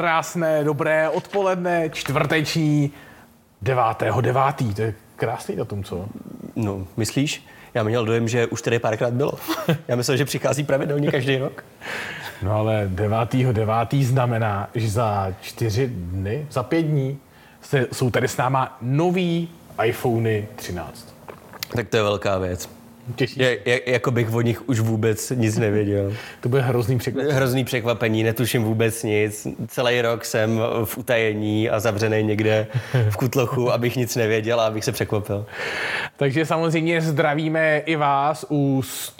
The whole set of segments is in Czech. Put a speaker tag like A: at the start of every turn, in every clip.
A: Krásné, dobré odpoledne, čtvrteční 9.9. To je krásný datum, co?
B: No, myslíš? Já měl dojem, že už tady párkrát bylo. Já myslel, že přichází pravidelně každý rok.
A: No ale 9.9. znamená, že za 4 dny, za 5 dní jsou tady s náma nový iPhony 13.
B: Tak to je velká věc.
A: Těšíš?
B: Jako bych o nich už vůbec nic nevěděl.
A: To bude hrozný překvapení.
B: Hrozný překvapení, netuším vůbec nic. Celý rok jsem v utajení a zavřený někde v kutlochu, abych nic nevěděl a abych se překvapil.
A: Takže samozřejmě zdravíme i vás u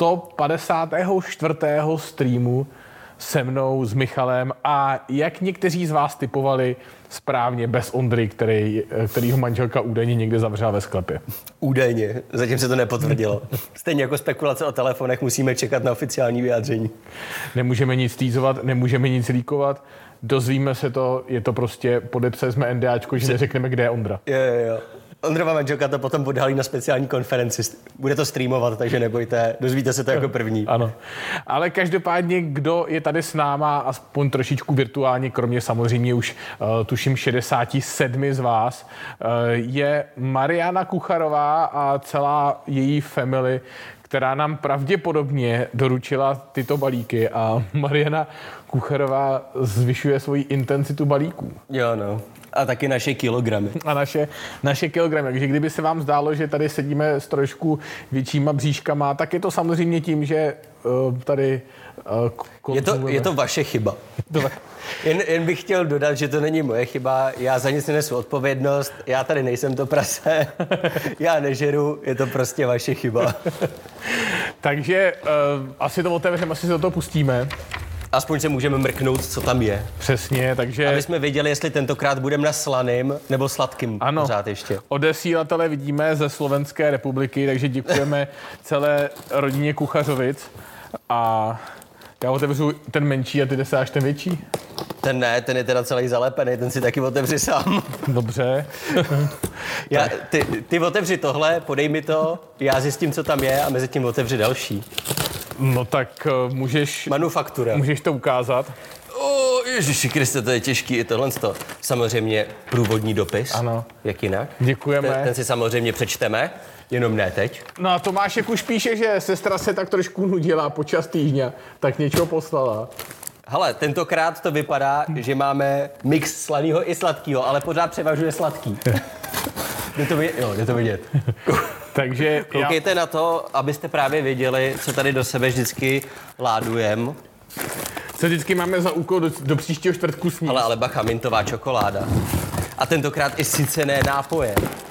A: 154. streamu se mnou, s Michalem a jak někteří z vás typovali správně bez Ondry, kterýho manželka údajně někde zavřela ve sklepě.
B: Údajně, zatím se to nepotvrdilo. Stejně jako spekulace o telefonech musíme čekat na oficiální vyjádření.
A: Nemůžeme nic týzovat, nemůžeme nic líkovat, dozvíme se to, je to prostě, podepsali jsme NDAčko, že neřekneme, kde je Ondra.
B: Jo. Ondrova manželka to potom odhalí na speciální konferenci. Bude to streamovat, takže nebojte, dozvíte se to jako první.
A: Ano. Ale každopádně, kdo je tady s náma, aspoň trošičku virtuálně, kromě samozřejmě už tuším 67 z vás, je Mariana Kucharová a celá její family, která nám pravděpodobně doručila tyto balíky a Mariana Kucharová zvyšuje svoji intenzitu balíků.
B: Jo, no. A taky naše kilogramy.
A: A naše kilogramy. Takže kdyby se vám zdálo, že tady sedíme s trošku většíma bříškama, tak je to samozřejmě tím, že tady
B: je to vaše chyba. Jen bych chtěl dodat, že to není moje chyba, já za nic nenesu odpovědnost, já tady nejsem to prase, já nežeru, je to prostě vaše chyba.
A: Takže asi to otevřeme, asi se do toho pustíme.
B: Aspoň se můžeme mrknout, co tam je.
A: Přesně, takže...
B: Aby jsme věděli, jestli tentokrát budeme na slaným nebo sladkým.
A: Ano,
B: pořád ještě.
A: Odesílatele vidíme ze Slovenské republiky, takže děkujeme celé rodině Kuchařovic. A já otevřu ten menší a ty desáš ten větší?
B: Ten ne, ten je teda celý zalepený, ten si taky otevři sám.
A: Dobře.
B: Ty otevři tohle, podej mi to, já zjistím, co tam je a mezi tím otevři další.
A: No tak můžeš...
B: Manufaktura.
A: Můžeš to ukázat?
B: Ježiši Kriste, to je těžký, je tohle. Samozřejmě průvodní dopis.
A: Ano.
B: Jak jinak?
A: Děkujeme.
B: Ten si samozřejmě přečteme, jenom ne teď.
A: No a Tomášek už píše, že sestra se tak trošku nudila počas týdně, tak něčeho poslala.
B: Hele, tentokrát to vypadá, že máme mix slaného i sladkého, ale pořád převažuje sladký. Jde to vidět.
A: Takže
B: koukejte na to, abyste právě věděli, co tady do sebe vždycky ládujem.
A: Co vždycky máme za úkol do příštího čtvrtku sníst.
B: Ale bacha, mintová čokoláda. A tentokrát i sycené nápoje.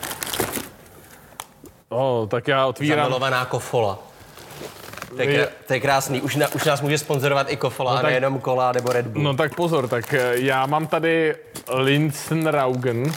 A: Tak já otvírám.
B: Zamilovaná Kofola. To je krásný. Už nás může sponzorovat i Kofola, no a nejenom Cola nebo Red Bull.
A: No tak pozor, tak já mám tady Linsenraugen.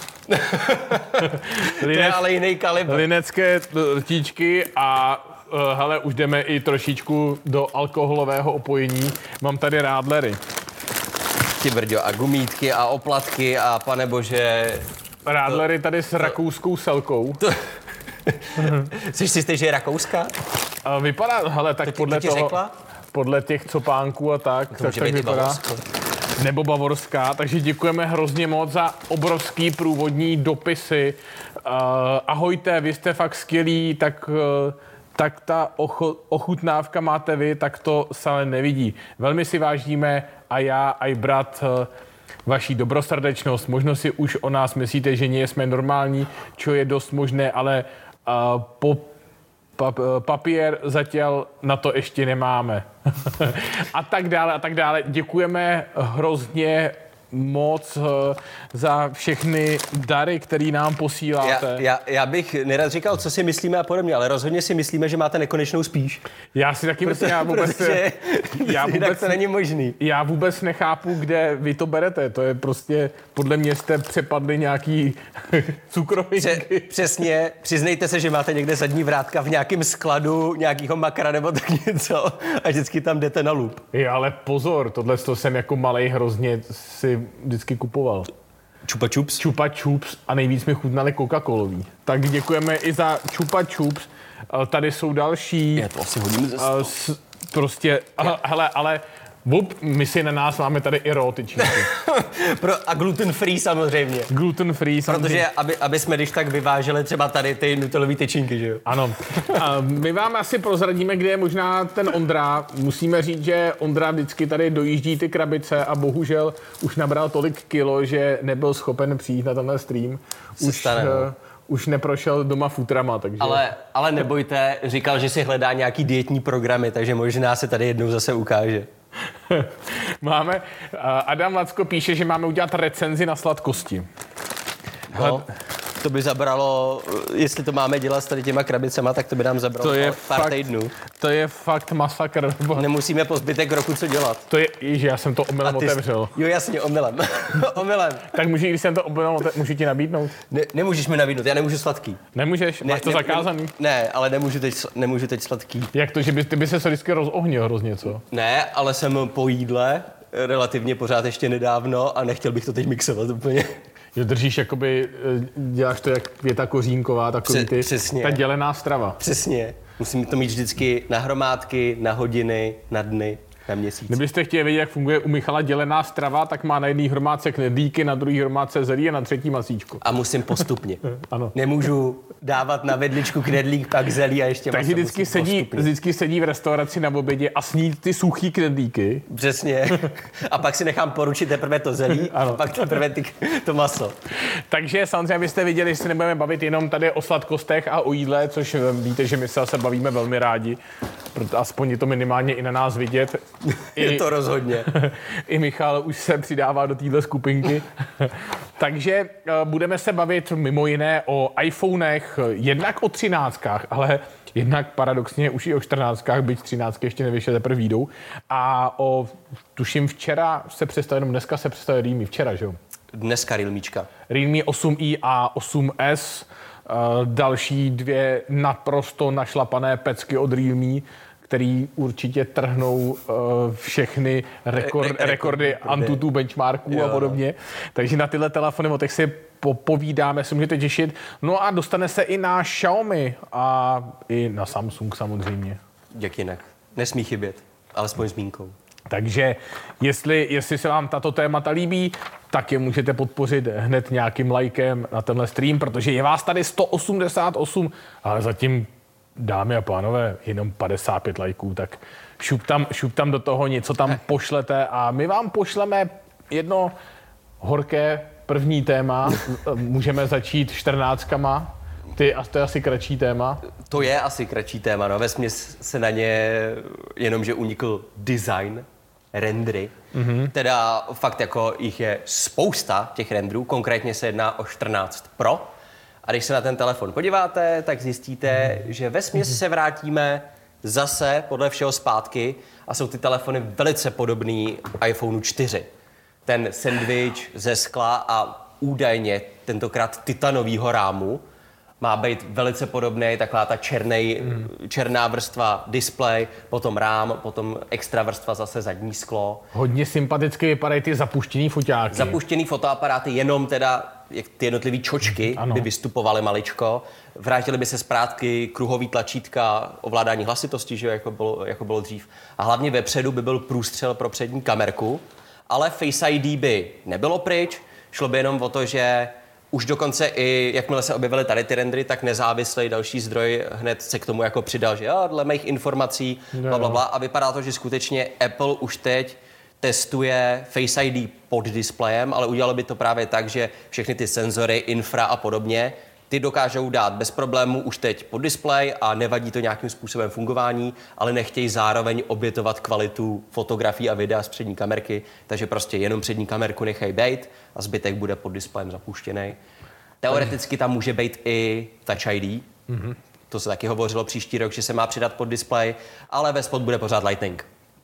B: To je ale jiný kalibr.
A: Linecké rtíčky a hele, už jdeme i trošičku do alkoholového opojení. Mám tady Radlery.
B: Ty brďo, a gumítky a oplatky a panebože.
A: Radlery tady s rakouskou selkou.
B: Jsi si jistý, že je rakouská?
A: Vypadá, hele, tak podle toho,
B: řekla?
A: podle těch copánků a tak vypadá.
B: Bavorsko.
A: Nebo bavorská, takže děkujeme hrozně moc za obrovský průvodní dopisy. Ahojte, vy jste fakt skvělí, tak ta ochutnávka máte vy, tak to se nevidí. Velmi si vážíme a já, a i brat, vaší dobrosrdečnost. Možno si už o nás myslíte, že nie jsme normální, čo je dost možné, ale papír zatím na to ještě nemáme. A tak dále. Děkujeme hrozně moc za všechny dary, které nám posíláte.
B: Já bych nerad říkal, co si myslíme a podobně, ale rozhodně si myslíme, že máte nekonečnou spíš.
A: Já si taky myslím,
B: jinak to není možný.
A: Já vůbec nechápu, kde vy to berete. To je prostě, podle mě jste přepadli nějaký cukrovinky.
B: Přesně, přiznejte se, že máte někde zadní vrátka v nějakém skladu nějakýho makra nebo tak něco a vždycky tam jdete na lup.
A: Jo, ale pozor, tohle jsem jako malej hrozně si vždycky kupoval.
B: Chupa Chups?
A: Chupa Chups a nejvíc mi chutnali Coca-Colový. Tak děkujeme i za Chupa Chups. Tady jsou další.
B: Já to asi hodím ze stolu.
A: Prostě, hele, ale my si na nás máme tady i raw tyčinky.
B: A gluten free samozřejmě.
A: Gluten free samozřejmě.
B: Protože aby jsme když tak vyváželi třeba tady ty nutelové tyčinky, že jo?
A: Ano. A my vám asi prozradíme, kde je možná ten Ondra. Musíme říct, že Ondra vždycky tady dojíždí ty krabice a bohužel už nabral tolik kilo, že nebyl schopen přijít na tenhle stream. Už neprošel doma futrama, takže...
B: Ale nebojte, říkal, že si hledá nějaký dietní programy, takže možná se tady jednou zase ukáže.
A: Máme, Adam Lacko píše, že máme udělat recenzi na sladkosti.
B: No, to by zabralo, jestli to máme dělat s tady těma krabicema, tak to by nám zabralo pár týdnů.
A: To je fakt masakr.
B: Nemusíme po zbytek roku co dělat.
A: To je, že já jsem to omylem otevřel.
B: Jo, jasně, omylem. Omylem.
A: Tak když jsem to omylem můžu ti nabídnout?
B: Nemůžeš mi nabídnout, já nemůžu sladký.
A: Nemůžeš? Máš to zakázaný?
B: Ne, ale nemůžu teď sladký.
A: Jak to, že ty by se vždycky rozohnil hrozně, co?
B: Ne, ale jsem po jídle relativně pořád ještě nedávno a nechtěl bych to teď mixovat úplně.
A: Že držíš jakoby, děláš to jak Květa Kořínková, takový ty, ta dělená strava.
B: Přesně. Musím to mít vždycky na hromádky, na hodiny, na dny, na měsíc.
A: Kdybyste chtěli vědět, jak funguje u Michala dělená strava, tak má na jedné hromádce knedlíky, na druhé hromádce zelí a na třetí masíčko.
B: A musím postupně.
A: Ano.
B: Nemůžu dávat na vedličku knedlík, pak zelí a ještě maso.
A: Takže vždycky sedí v restauraci na obědě a sní ty suchý knedlíky.
B: Přesně. A pak si nechám poručit teprve to zelí a pak teprve to maso.
A: Takže samozřejmě byste viděli, že se nebudeme bavit jenom tady o sladkostech a o jídle, což víte, že my se zase bavíme velmi rádi. Aspoň je to minimálně i na nás vidět.
B: Je to rozhodně.
A: I Michal už se přidává do téhle skupinky. Takže budeme se bavit mimo jiné o iPhonech, jednak o 13, ale jednak paradoxně už i o 14, byť 13 ještě nevyšly, teprve výjdou. A tuším včera se představil, jenom dneska se představil Realme, včera, že jo?
B: Dneska Realmíčka.
A: Realme 8i a 8s, další dvě naprosto našlapané pecky od Realme, který určitě trhnou všechny rekordy Antutu benchmarků a podobně. Takže na tyhle telefony, o těch si povídáme, si můžete těšit. No a dostane se i na Xiaomi a i na Samsung samozřejmě.
B: Jak jinak. Nesmí chybět, alespoň zmínkou.
A: Takže jestli se vám tato témata líbí, tak je můžete podpořit hned nějakým lajkem na tenhle stream, protože je vás tady 188, ale zatím, dámy a pánové, jenom 55 lajků, tak šup tam do toho, něco tam pošlete a my vám pošleme jedno horké první téma. Můžeme začít 14. To je asi kratší téma.
B: To je asi kratší téma, no. Vesměs se na ně jenomže unikl design, rendery. Mm-hmm. Teda fakt jako jich je spousta těch renderů, konkrétně se jedná o 14 Pro. A když se na ten telefon podíváte, tak zjistíte, že vesměs se vrátíme zase podle všeho zpátky a jsou ty telefony velice podobný iPhoneu 4. Ten sandwich ze skla a údajně tentokrát titanovýho rámu má být velice podobný, taková ta černá vrstva display, potom rám, potom extra vrstva zase zadní sklo.
A: Hodně sympaticky vypadají ty zapuštěný foťáky.
B: Zapuštěný fotoaparáty, jenom teda jak ty jednotlivý čočky by vystupovaly maličko. Vrátily by se zpátky kruhový tlačítka ovládání hlasitosti, že jako bylo dřív. A hlavně vepředu by byl průstřel pro přední kamerku, ale Face ID by nebylo pryč, šlo by jenom o to, že už dokonce i, jakmile se objevily tady ty rendery, tak nezávislý další zdroj hned se k tomu jako přidal, že dle mých informací, blablabla. A vypadá to, že skutečně Apple už teď testuje Face ID pod displejem, ale udělalo by to právě tak, že všechny ty senzory, infra a podobně, ty dokážou dát bez problémů už teď pod displej a nevadí to nějakým způsobem fungování, ale nechtějí zároveň obětovat kvalitu fotografií a videa z přední kamerky, takže prostě jenom přední kamerku nechají bejt a zbytek bude pod displejem zapuštěný. Teoreticky tam může být i Touch ID, to se taky hovořilo příští rok, že se má přidat pod displej, ale ve spod bude pořád Lightning.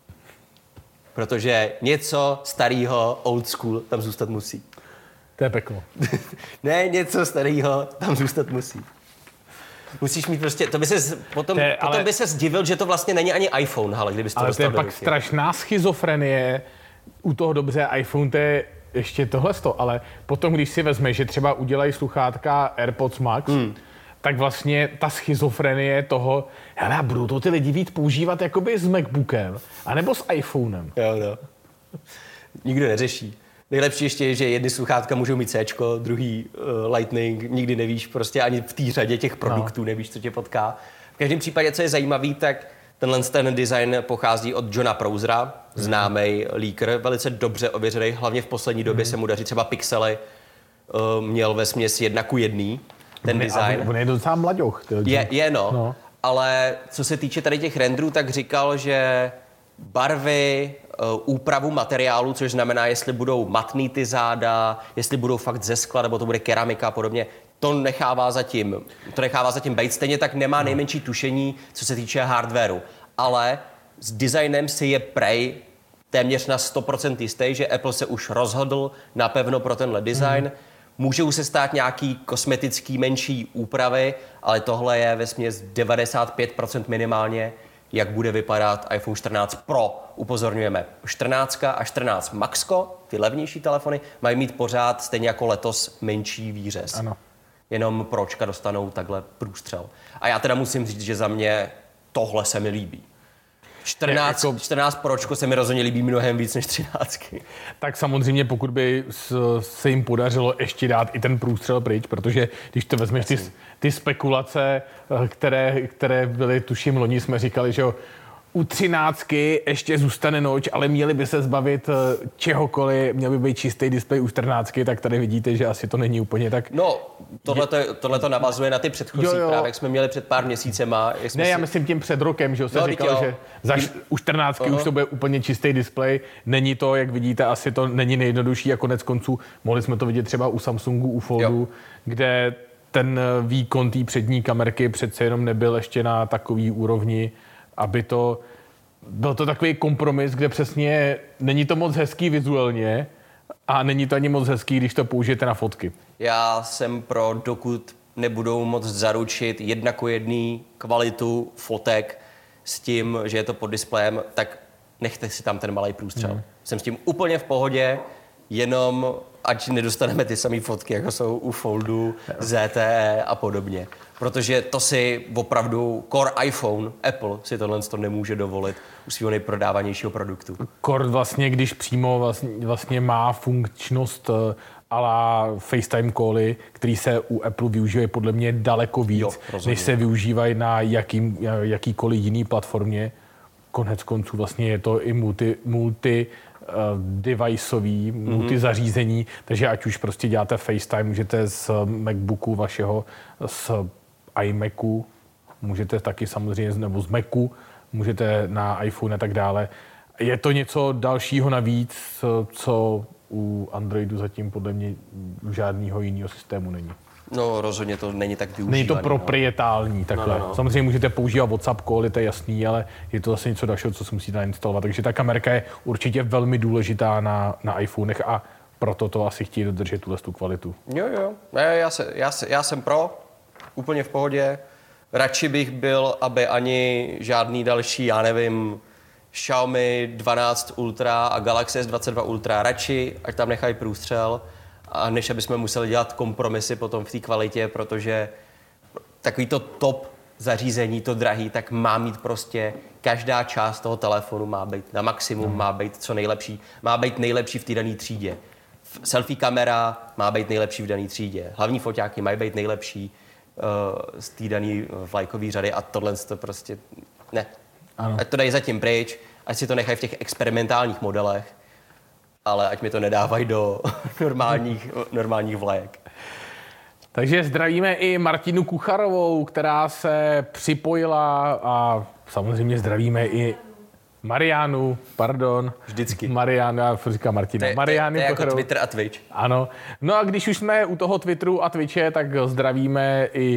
B: Protože něco starého, old school, tam zůstat musí.
A: To je peklo.
B: Ne, něco starého tam zůstat musí. Musíš mít prostě, to by se potom by se zdivil, že to vlastně není ani iPhone, ale kdybys to
A: ale
B: dostal
A: to je pak strašná schizofrenie. U toho dobře iPhone, to je ještě tohleto, ale potom, když si vezmeš, že třeba udělají sluchátka AirPods Max, tak vlastně ta schizofrenie toho, hele, budou to ty lidi víc používat jakoby s MacBookem, anebo s iPhonem.
B: Jo. Nikdo neřeší. Nejlepší ještě je, že jedny sluchátka můžou mít Cčko, druhý Lightning, nikdy nevíš, prostě ani v té řadě těch produktů nevíš, co tě potká. V každém případě, co je zajímavý, tak ten design pochází od Johna Prosera, známý leaker, velice dobře ověřený, hlavně v poslední době se mu daří třeba pixely, měl vesměs 1:1 ten design.
A: On je docela mlaďoch.
B: No. Ale co se týče tady těch renderů, tak říkal, že barvy, úpravu materiálu, což znamená, jestli budou matný ty záda, jestli budou fakt ze skla, nebo to bude keramika a podobně, to nechává zatím být. Stejně tak nemá nejmenší tušení, co se týče hardwareu. Ale s designem si je prej téměř na 100% jistý, že Apple se už rozhodl napevno pro tenhle design. Můžou se stát nějaký kosmetický menší úpravy, ale tohle je vesměs 95% minimálně, jak bude vypadat iPhone 14 Pro. Upozorňujeme, 14 a 14 Maxko, ty levnější telefony, mají mít pořád stejně jako letos menší výřez.
A: Ano.
B: Jenom Pročka dostanou takhle průstřel. A já teda musím říct, že za mě tohle se mi líbí. 14 Pročko se mi rozhodně líbí mnohem víc než 13.
A: Tak samozřejmě, pokud by se jim podařilo ještě dát i ten průstřel pryč, protože když to vezmeš ty spekulace, které byly, tuším, loni jsme říkali, že u 13 ještě zůstane noč, ale měli by se zbavit čehokoliv, měl by být čistý displej u 14, tak tady vidíte, že asi to není úplně tak...
B: No, tohle to navazuje na ty předchozí, právě jak jsme měli před pár měsícema.
A: Já myslím tím před rokem, že se říkal, že u 14 už to bude úplně čistý displej. Není to, jak vidíte, asi to není nejjednodušší a konec konců mohli jsme to vidět třeba u Samsungu, u Foldu, kde ten výkon té přední kamerky přece jenom nebyl ještě na takový úrovni, aby to byl to takový kompromis, kde přesně není to moc hezký vizuálně a není to ani moc hezký, když to použijete na fotky.
B: Já jsem pro, dokud nebudou moc zaručit 1:1 kvalitu fotek s tím, že je to pod displejem, tak nechte si tam ten malý průstřel. Jsem s tím úplně v pohodě, jenom ať nedostaneme ty samé fotky, jako jsou u Foldu, ZTE a podobně. Protože to si opravdu core iPhone, Apple si tohle nemůže dovolit u svého nejprodávanějšího produktu.
A: Core vlastně, když přímo vlastně má funkčnost a la FaceTime cally, který se u Apple využívají podle mě daleko víc, než se využívají na jakýkoliv jiný platformě. Konec konců vlastně je to i multi-deviceový, multizařízení, takže ať už prostě děláte FaceTime, můžete z MacBooku vašeho, z iMacu, můžete taky samozřejmě, nebo z Macu, můžete na iPhone a tak dále. Je to něco dalšího navíc, co u Androidu zatím podle mě žádného jiného systému není.
B: No, rozhodně to není tak využívaný.
A: Není to proprietální takhle. No. Samozřejmě můžete používat WhatsApp call, to je jasný, ale je to zase něco dalšího, co si musíte nainstalovat. Takže ta kamerka je určitě velmi důležitá na iPhonech a proto to asi chtějí dodržet tu kvalitu.
B: Jo. Já jsem pro, úplně v pohodě. Radši bych byl, aby ani žádný další, já nevím, Xiaomi 12 Ultra a Galaxy S22 Ultra, radši, ať tam nechají průstřel, a než aby jsme museli dělat kompromisy potom v té kvalitě, protože takový to top zařízení, to drahý, tak má mít prostě každá část toho telefonu má být na maximum, má být co nejlepší, má být nejlepší v té dané třídě. Selfie kamera má být nejlepší v dané třídě. Hlavní foťáky mají být nejlepší z té dané vlajkové řady a tohle to prostě ne. Ano. Ať to dají zatím pryč, ať si to nechají v těch experimentálních modelech, ale ať mi to nedávají do normálních vlajek.
A: Takže zdravíme i Martinu Kucharovou, která se připojila a samozřejmě zdravíme i Mariánu, pardon.
B: Vždycky.
A: Mariánu, já říkám Martina.
B: To je jako Twitter a Twitch.
A: Ano. No a když už jsme u toho Twitteru a Twitche, tak zdravíme i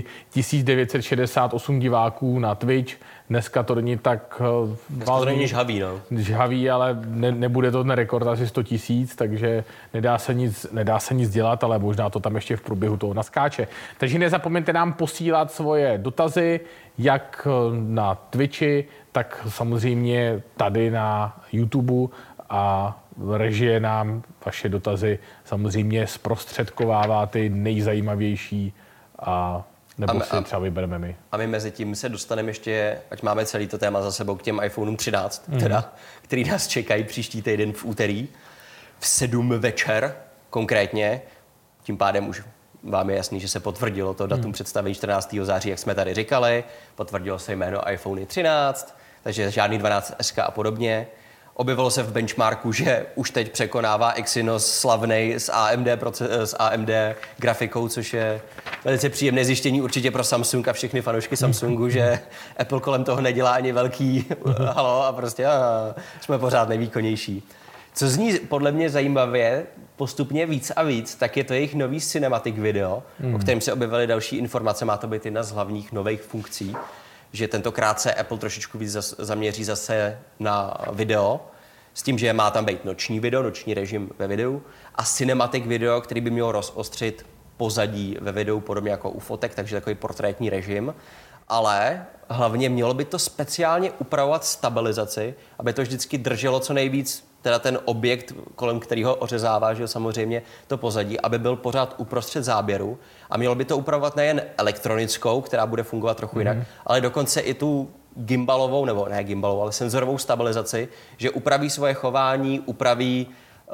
A: 1968 diváků na Twitch. Dneska to není tak...
B: Dneska to není žhavý, no.
A: Žhavý, ale nebude to ten rekord asi 100 000, takže nedá se nic dělat, ale možná to tam ještě v průběhu toho naskáče. Takže nezapomeňte nám posílat svoje dotazy, jak na Twitchi, tak samozřejmě tady na YouTube a režie nám vaše dotazy samozřejmě zprostředkovává ty nejzajímavější a nebo si třeba vybereme my.
B: A my mezi tím se dostaneme ještě, ať máme celý to téma za sebou, k těm iPhoneům 13, teda, který nás čekají příští týden v úterý. v 7 večer konkrétně. Tím pádem už vám je jasný, že se potvrdilo to datum představení 14. září, jak jsme tady říkali. Potvrdilo se jméno iPhone 13, takže žádný 12S a podobně. Objevilo se v benchmarku, že už teď překonává Exynos slavnej s AMD grafikou, což je velice příjemné zjištění určitě pro Samsung a všechny fanoušky Samsungu, že Apple kolem toho nedělá ani velký halo a prostě jsme pořád nejvýkonnější. Co zní podle mě zajímavě postupně víc a víc, tak je to jejich nový cinematic video, o kterém se objevily další informace. Má to být jedna z hlavních nových funkcí, že tentokrát se Apple trošičku víc zaměří zase na video, s tím, že má tam být noční video, noční režim ve videu a cinematic video, který by měl rozostřit pozadí ve videu, podobně jako u fotek, takže takový portrétní režim. Ale hlavně mělo by to speciálně upravovat stabilizaci, aby to vždycky drželo co nejvíc, teda ten objekt, kolem kterého ořezává, že samozřejmě to pozadí, aby byl pořád uprostřed záběru. A mělo by to upravovat nejen elektronickou, která bude fungovat trochu jinak, ale dokonce i tu gimbalovou, nebo ne gimbalovou, ale senzorovou stabilizaci, že upraví svoje chování, upraví,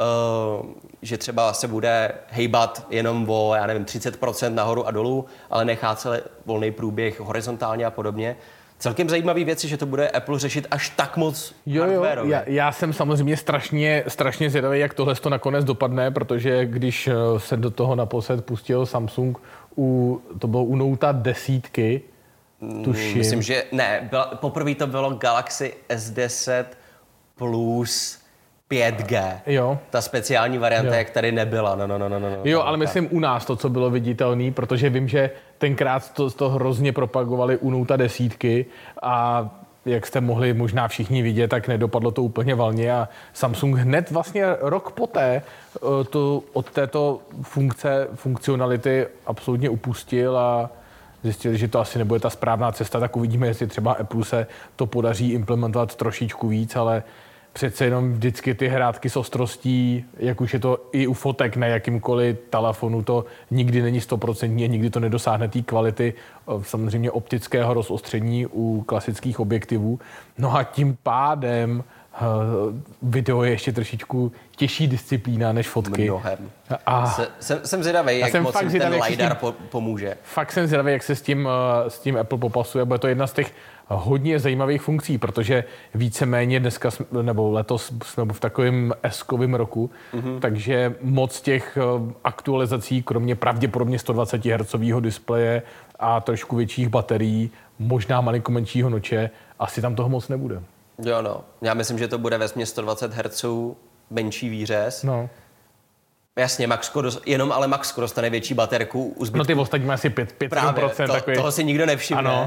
B: že třeba se bude hejbat jenom o, 30% nahoru a dolů, ale nechá celý volný průběh horizontálně a podobně. Celkem zajímavý věc je, že to bude Apple řešit až tak moc hardwarově.
A: Já jsem samozřejmě strašně zvědavý, jak tohle to nakonec dopadne, protože když se do toho naposled pustil Samsung, to bylo u Note 10, tuším.
B: Myslím, že ne. Poprvé to bylo Galaxy S10 Plus 5G.
A: Jo.
B: Ta speciální varianta, jak tady nebyla.
A: Jo, ale myslím u nás to, co bylo viditelné, protože vím, že tenkrát to hrozně propagovali u Note 10 a jak jste mohli možná všichni vidět, tak nedopadlo to úplně valně a Samsung hned vlastně rok poté od této funkcionality absolutně upustil a zjistili, že to asi nebude ta správná cesta, tak uvidíme, jestli třeba Apple se to podaří implementovat trošičku víc, ale přece jenom vždycky ty hrátky s ostrostí, jak už je to i u fotek na jakýmkoliv telefonu, to nikdy není 100% a nikdy to nedosáhne té kvality samozřejmě optického rozostření u klasických objektivů. No a tím pádem video je ještě trošičku těžší disciplína než fotky.
B: Mnohem. Jsem zvědavý, jak moc ten LiDAR pomůže.
A: Fakt jsem zvědavý, jak se s tím Apple popasuje. Bude to jedna z těch hodně zajímavých funkcí, protože víceméně dneska, nebo letos jsme v takovém S-kovém roku, takže moc těch aktualizací, kromě pravděpodobně 120 Hz displeje a trošku větších baterií, možná malinko menšího noče, asi tam toho moc nebude.
B: Jo, no. Já myslím, že to bude vesměs 120 Hz menší výřez.
A: No.
B: Jasně, ale Maxko dostane větší baterku. U zbytku.
A: No ty ostatní má asi 5%.
B: Právě, toho si nikdo nevšimne.
A: Ano.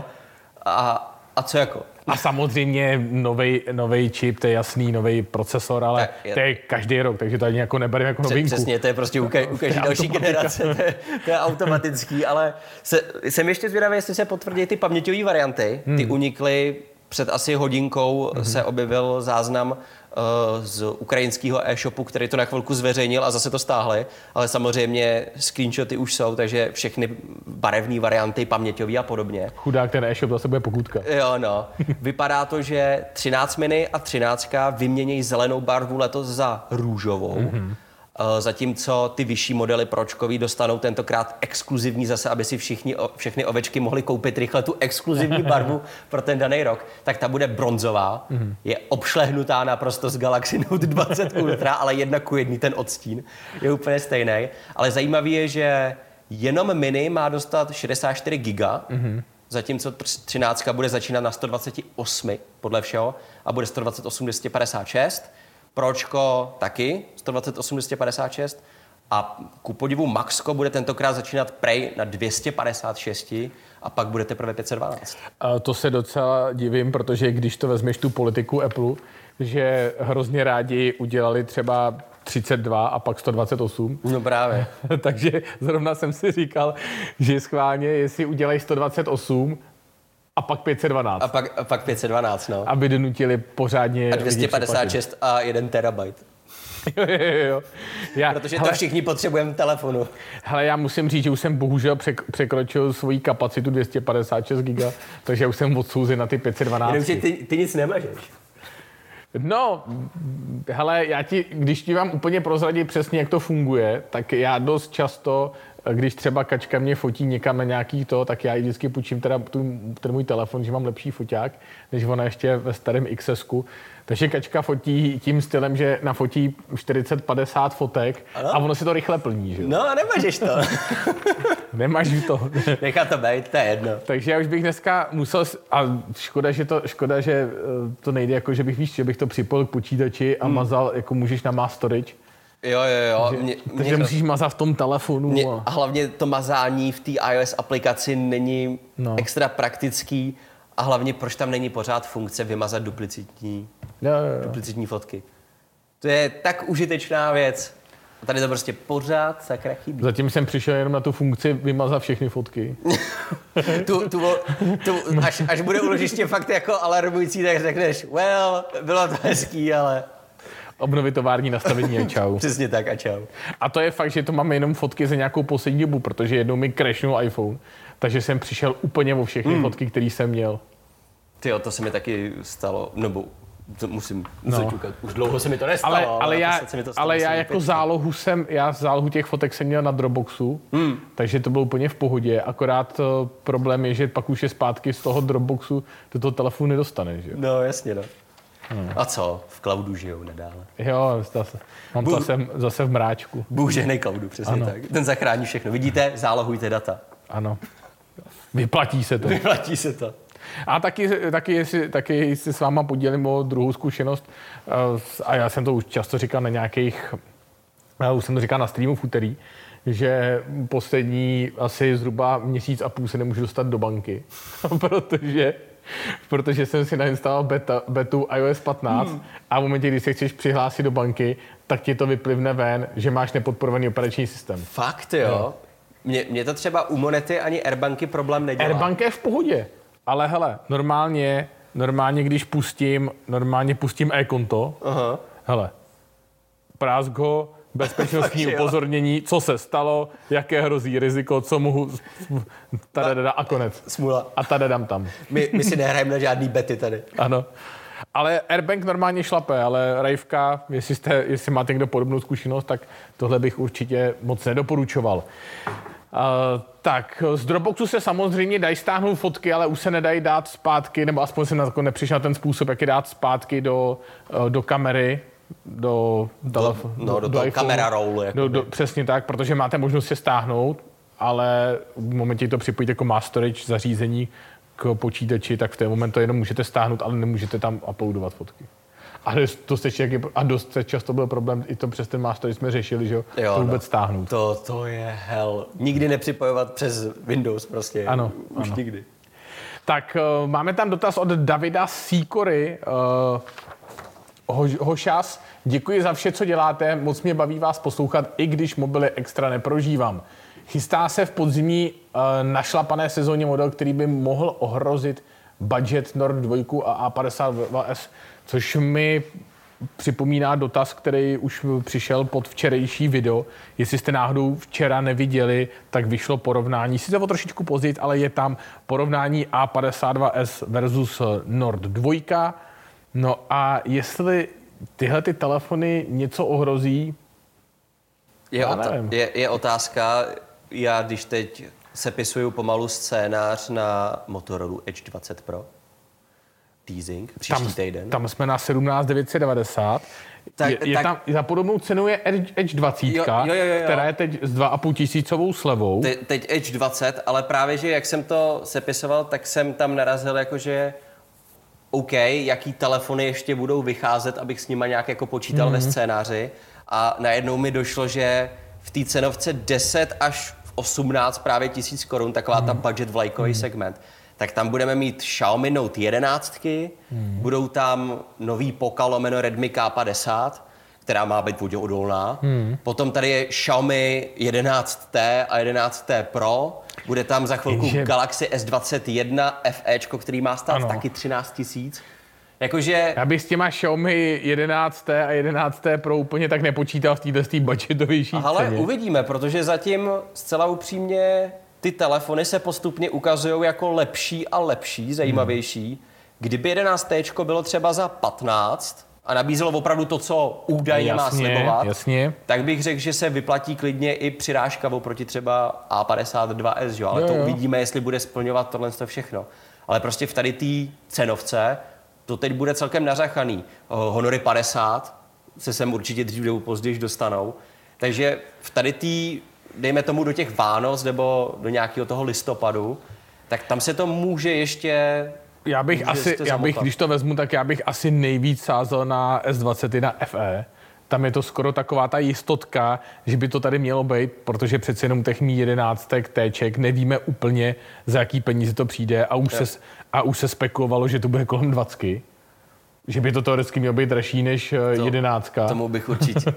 B: A co jako?
A: A samozřejmě novej čip, to je jasný, nový procesor, ale to je každý rok, takže to ani jako nebereme jako novinku.
B: Přesně, to je prostě u každé další generace, to je automatický, ale jsem ještě zvědavý, jestli se potvrdí ty paměťové varianty. Ty unikly před asi hodinkou, se objevil záznam z ukrajinského e-shopu, který to na chvilku zveřejnil a zase to stáhli, ale samozřejmě screenshoty už jsou, takže všechny barevné varianty, paměťové a podobně.
A: Chudák ten e-shop, zase bude pokutka.
B: Jo, no. Vypadá to, že 13 mini a 13 vyměnějí zelenou barvu letos za růžovou. Zatímco ty vyšší modely pročkový dostanou tentokrát exkluzivní zase, aby si všechny ovečky mohly koupit rychle tu exkluzivní barvu pro ten daný rok, tak ta bude bronzová, je obšlehnutá naprosto z Galaxy Note 20 Ultra, ale 1:1 ten odstín je úplně stejný. Ale zajímavý je, že jenom mini má dostat 64 giga, zatímco 13 bude začínat na 128 podle všeho a bude 128 256. Pročko taky 128 256 a ku podivu Maxko bude tentokrát začínat prej na 256 a pak bude teprve 512.
A: To se docela divím, protože když to vezmeš tu politiku Apple, že hrozně rádi udělali třeba 32 a pak 128.
B: No právě.
A: Takže zrovna jsem si říkal, že schválně, jestli udělají 128, a pak 512.
B: A pak 512, no.
A: Aby donutili pořádně...
B: A 256 a 1 terabajt.
A: Jo.
B: Protože to všichni potřebujeme v telefonu.
A: Hele, já musím říct, že už jsem bohužel překročil svoji kapacitu 256 giga, takže už jsem odsouzen na ty 512.
B: Jenomže ty nic nemažeš.
A: No, hele, když ti vám úplně prozradit přesně, jak to funguje, tak já dost často, když třeba Kačka mě fotí někam na nějaký to, tak já jí vždycky půjčím teda ten můj telefon, že mám lepší foťák, než ona ještě ve starém XS-ku. Takže Kačka fotí tím stylem, že nafotí 40-50 fotek a ono si to rychle plní, že?
B: No a nemažeš to.
A: Nemáš to.
B: Nechá to být, to je jedno.
A: Takže já už bych dneska musel, a škoda, že to nejde, jako že bych to připojil k počítači a mazal, jako můžeš na má storage.
B: Jo.
A: Takže musíš mazat v tom telefonu.
B: A hlavně to mazání v té iOS aplikaci není extra praktický a hlavně proč tam není pořád funkce vymazat duplicitní fotky. To je tak užitečná věc. A tady to prostě pořád sakra chybí.
A: Zatím jsem přišel jenom na tu funkci vymazat všechny fotky.
B: Až bude úložiště fakt jako alarmující, tak řekneš, bylo to hezký, ale...
A: Obnovit tovární nastavení a čau.
B: Přesně tak a čau.
A: A to je fakt, že to máme jenom fotky za nějakou poslední dobu, protože jednou mi crashnul iPhone, takže jsem přišel úplně o všechny fotky, které jsem měl.
B: Tyjo, to se mi taky stalo, nebo to musím ťukat. Už dlouho se mi to nestalo,
A: ale já jako zálohu těch fotek jsem měl na Dropboxu, takže to bylo úplně v pohodě, akorát problém je, že pak už je zpátky z toho Dropboxu do toho telefonu nedostaneš, že?
B: No, jasně, no. A co? V cloudu žijou nadále.
A: Jo, mám to zase v mráčku.
B: Bůh žehnej cloudu, přesně ano. Tak. Ten zachrání všechno. Vidíte? Zálohujte data.
A: Ano. Vyplatí se to.
B: Vyplatí se to.
A: A taky si s váma podělím o druhou zkušenost. A já jsem to už často říkal na nějakých, už jsem to říkal na streamu v úterý, že poslední asi zhruba měsíc a půl se nemůžu dostat do banky. Protože jsem si nainstaloval betu iOS 15 a v momentě, kdy se chceš přihlásit do banky, tak ti to vyplivne ven, že máš nepodporovaný operační systém.
B: Fakt jo? Mně to třeba u Monety ani Airbanky problém nedělá.
A: Airbank je v pohodě, ale hele, normálně když pustím e-konto, hele, prásk ho, bezpečnostní upozornění, co se stalo, jaké hrozí riziko, co mohu, tadadada a konec.
B: Smula.
A: A tadadam tam.
B: My si nehrajeme na žádný bety tady.
A: Ano. Ale Airbank normálně šlape, ale Rajvka, jestli máte někdo podobnou zkušenost, tak tohle bych určitě moc nedoporučoval. Tak, z Dropboxu se samozřejmě dají stáhnout fotky, ale už se nedají dát zpátky, nebo aspoň jsem na to nepřišel na ten způsob, jak je dát zpátky do kamery, do
B: kamera rollu.
A: Přesně tak, protože máte možnost se stáhnout, ale v momentě, kdy to připojíte jako má storage zařízení k počítači, tak v ten moment to jenom můžete stáhnout, ale nemůžete tam uploadovat fotky. A dost často byl problém, i to přes ten master jsme řešili, že jo, to vůbec stáhnout.
B: To je hell. Nikdy nepřipojovat přes Windows prostě.
A: Ano.
B: Nikdy.
A: Tak máme tam dotaz od Davida Sýkory. Hošas, děkuji za vše, co děláte, moc mě baví vás poslouchat, i když mobily extra neprožívám. Chystá se v podzimní našlapané sezóně model, který by mohl ohrozit budget Nord 2 a A52s, což mi připomíná dotaz, který už přišel pod včerejší video. Jestli jste náhodou včera neviděli, tak vyšlo porovnání, sice o trošičku později, ale je tam porovnání A52s versus Nord 2. No a jestli tyhle ty telefony něco ohrozí,
B: je otázka, já když teď sepisuju pomalu scénář na Motorola Edge 20 Pro, teasing, příští týden.
A: Tam jsme na 17 990. Tam za podobnou cenu je Edge 20, která je teď s 2,5 tisícovou slevou.
B: Teď Edge 20, ale právě, že jak jsem to sepisoval, tak jsem tam narazil jakože OK, jaký telefony ještě budou vycházet, abych s nima nějak jako počítal ve scénáři. A najednou mi došlo, že v té cenovce 10 až 18 právě 1000 korun, taková ta budget vlajkový segment, tak tam budeme mít Xiaomi Note 11, budou tam nový Poco / Redmi K50, která má být voděodolná. Potom tady je Xiaomi 11T a 11T Pro. Bude tam za chvilku Galaxy S21 FEčko, který má stát taky 13 000. Jakože...
A: Já bych s těma Xiaomi 11T a 11T Pro úplně tak nepočítal v této budgetovější ceně.
B: Ale uvidíme, protože zatím zcela upřímně ty telefony se postupně ukazují jako lepší a lepší, zajímavější. Kdyby 11T bylo třeba za 15 a nabízelo opravdu to, co údajně má slibovat,
A: jasně.
B: tak bych řekl, že se vyplatí klidně i přirážka oproti třeba A52s, jo? Ale to uvidíme, jestli bude splňovat tohle všechno. Ale prostě v tady té cenovce to teď bude celkem nařachaný. Honory 50 se sem určitě dřív nebo později dostanou. Takže v tady té, dejme tomu do těch Vánoc nebo do nějakého toho listopadu, tak tam se to může ještě...
A: Já bych, když to vezmu, tak já bych asi nejvíc sázel na S20 na FE. Tam je to skoro taková ta jistotka, že by to tady mělo být, protože přeci jenom těch mý 11 Tček nevíme úplně, za jaký peníze to přijde a už se spekulovalo, že to bude kolem 20. Že by to teoreticky mělo být dražší než 11.
B: Tomu bych určitě,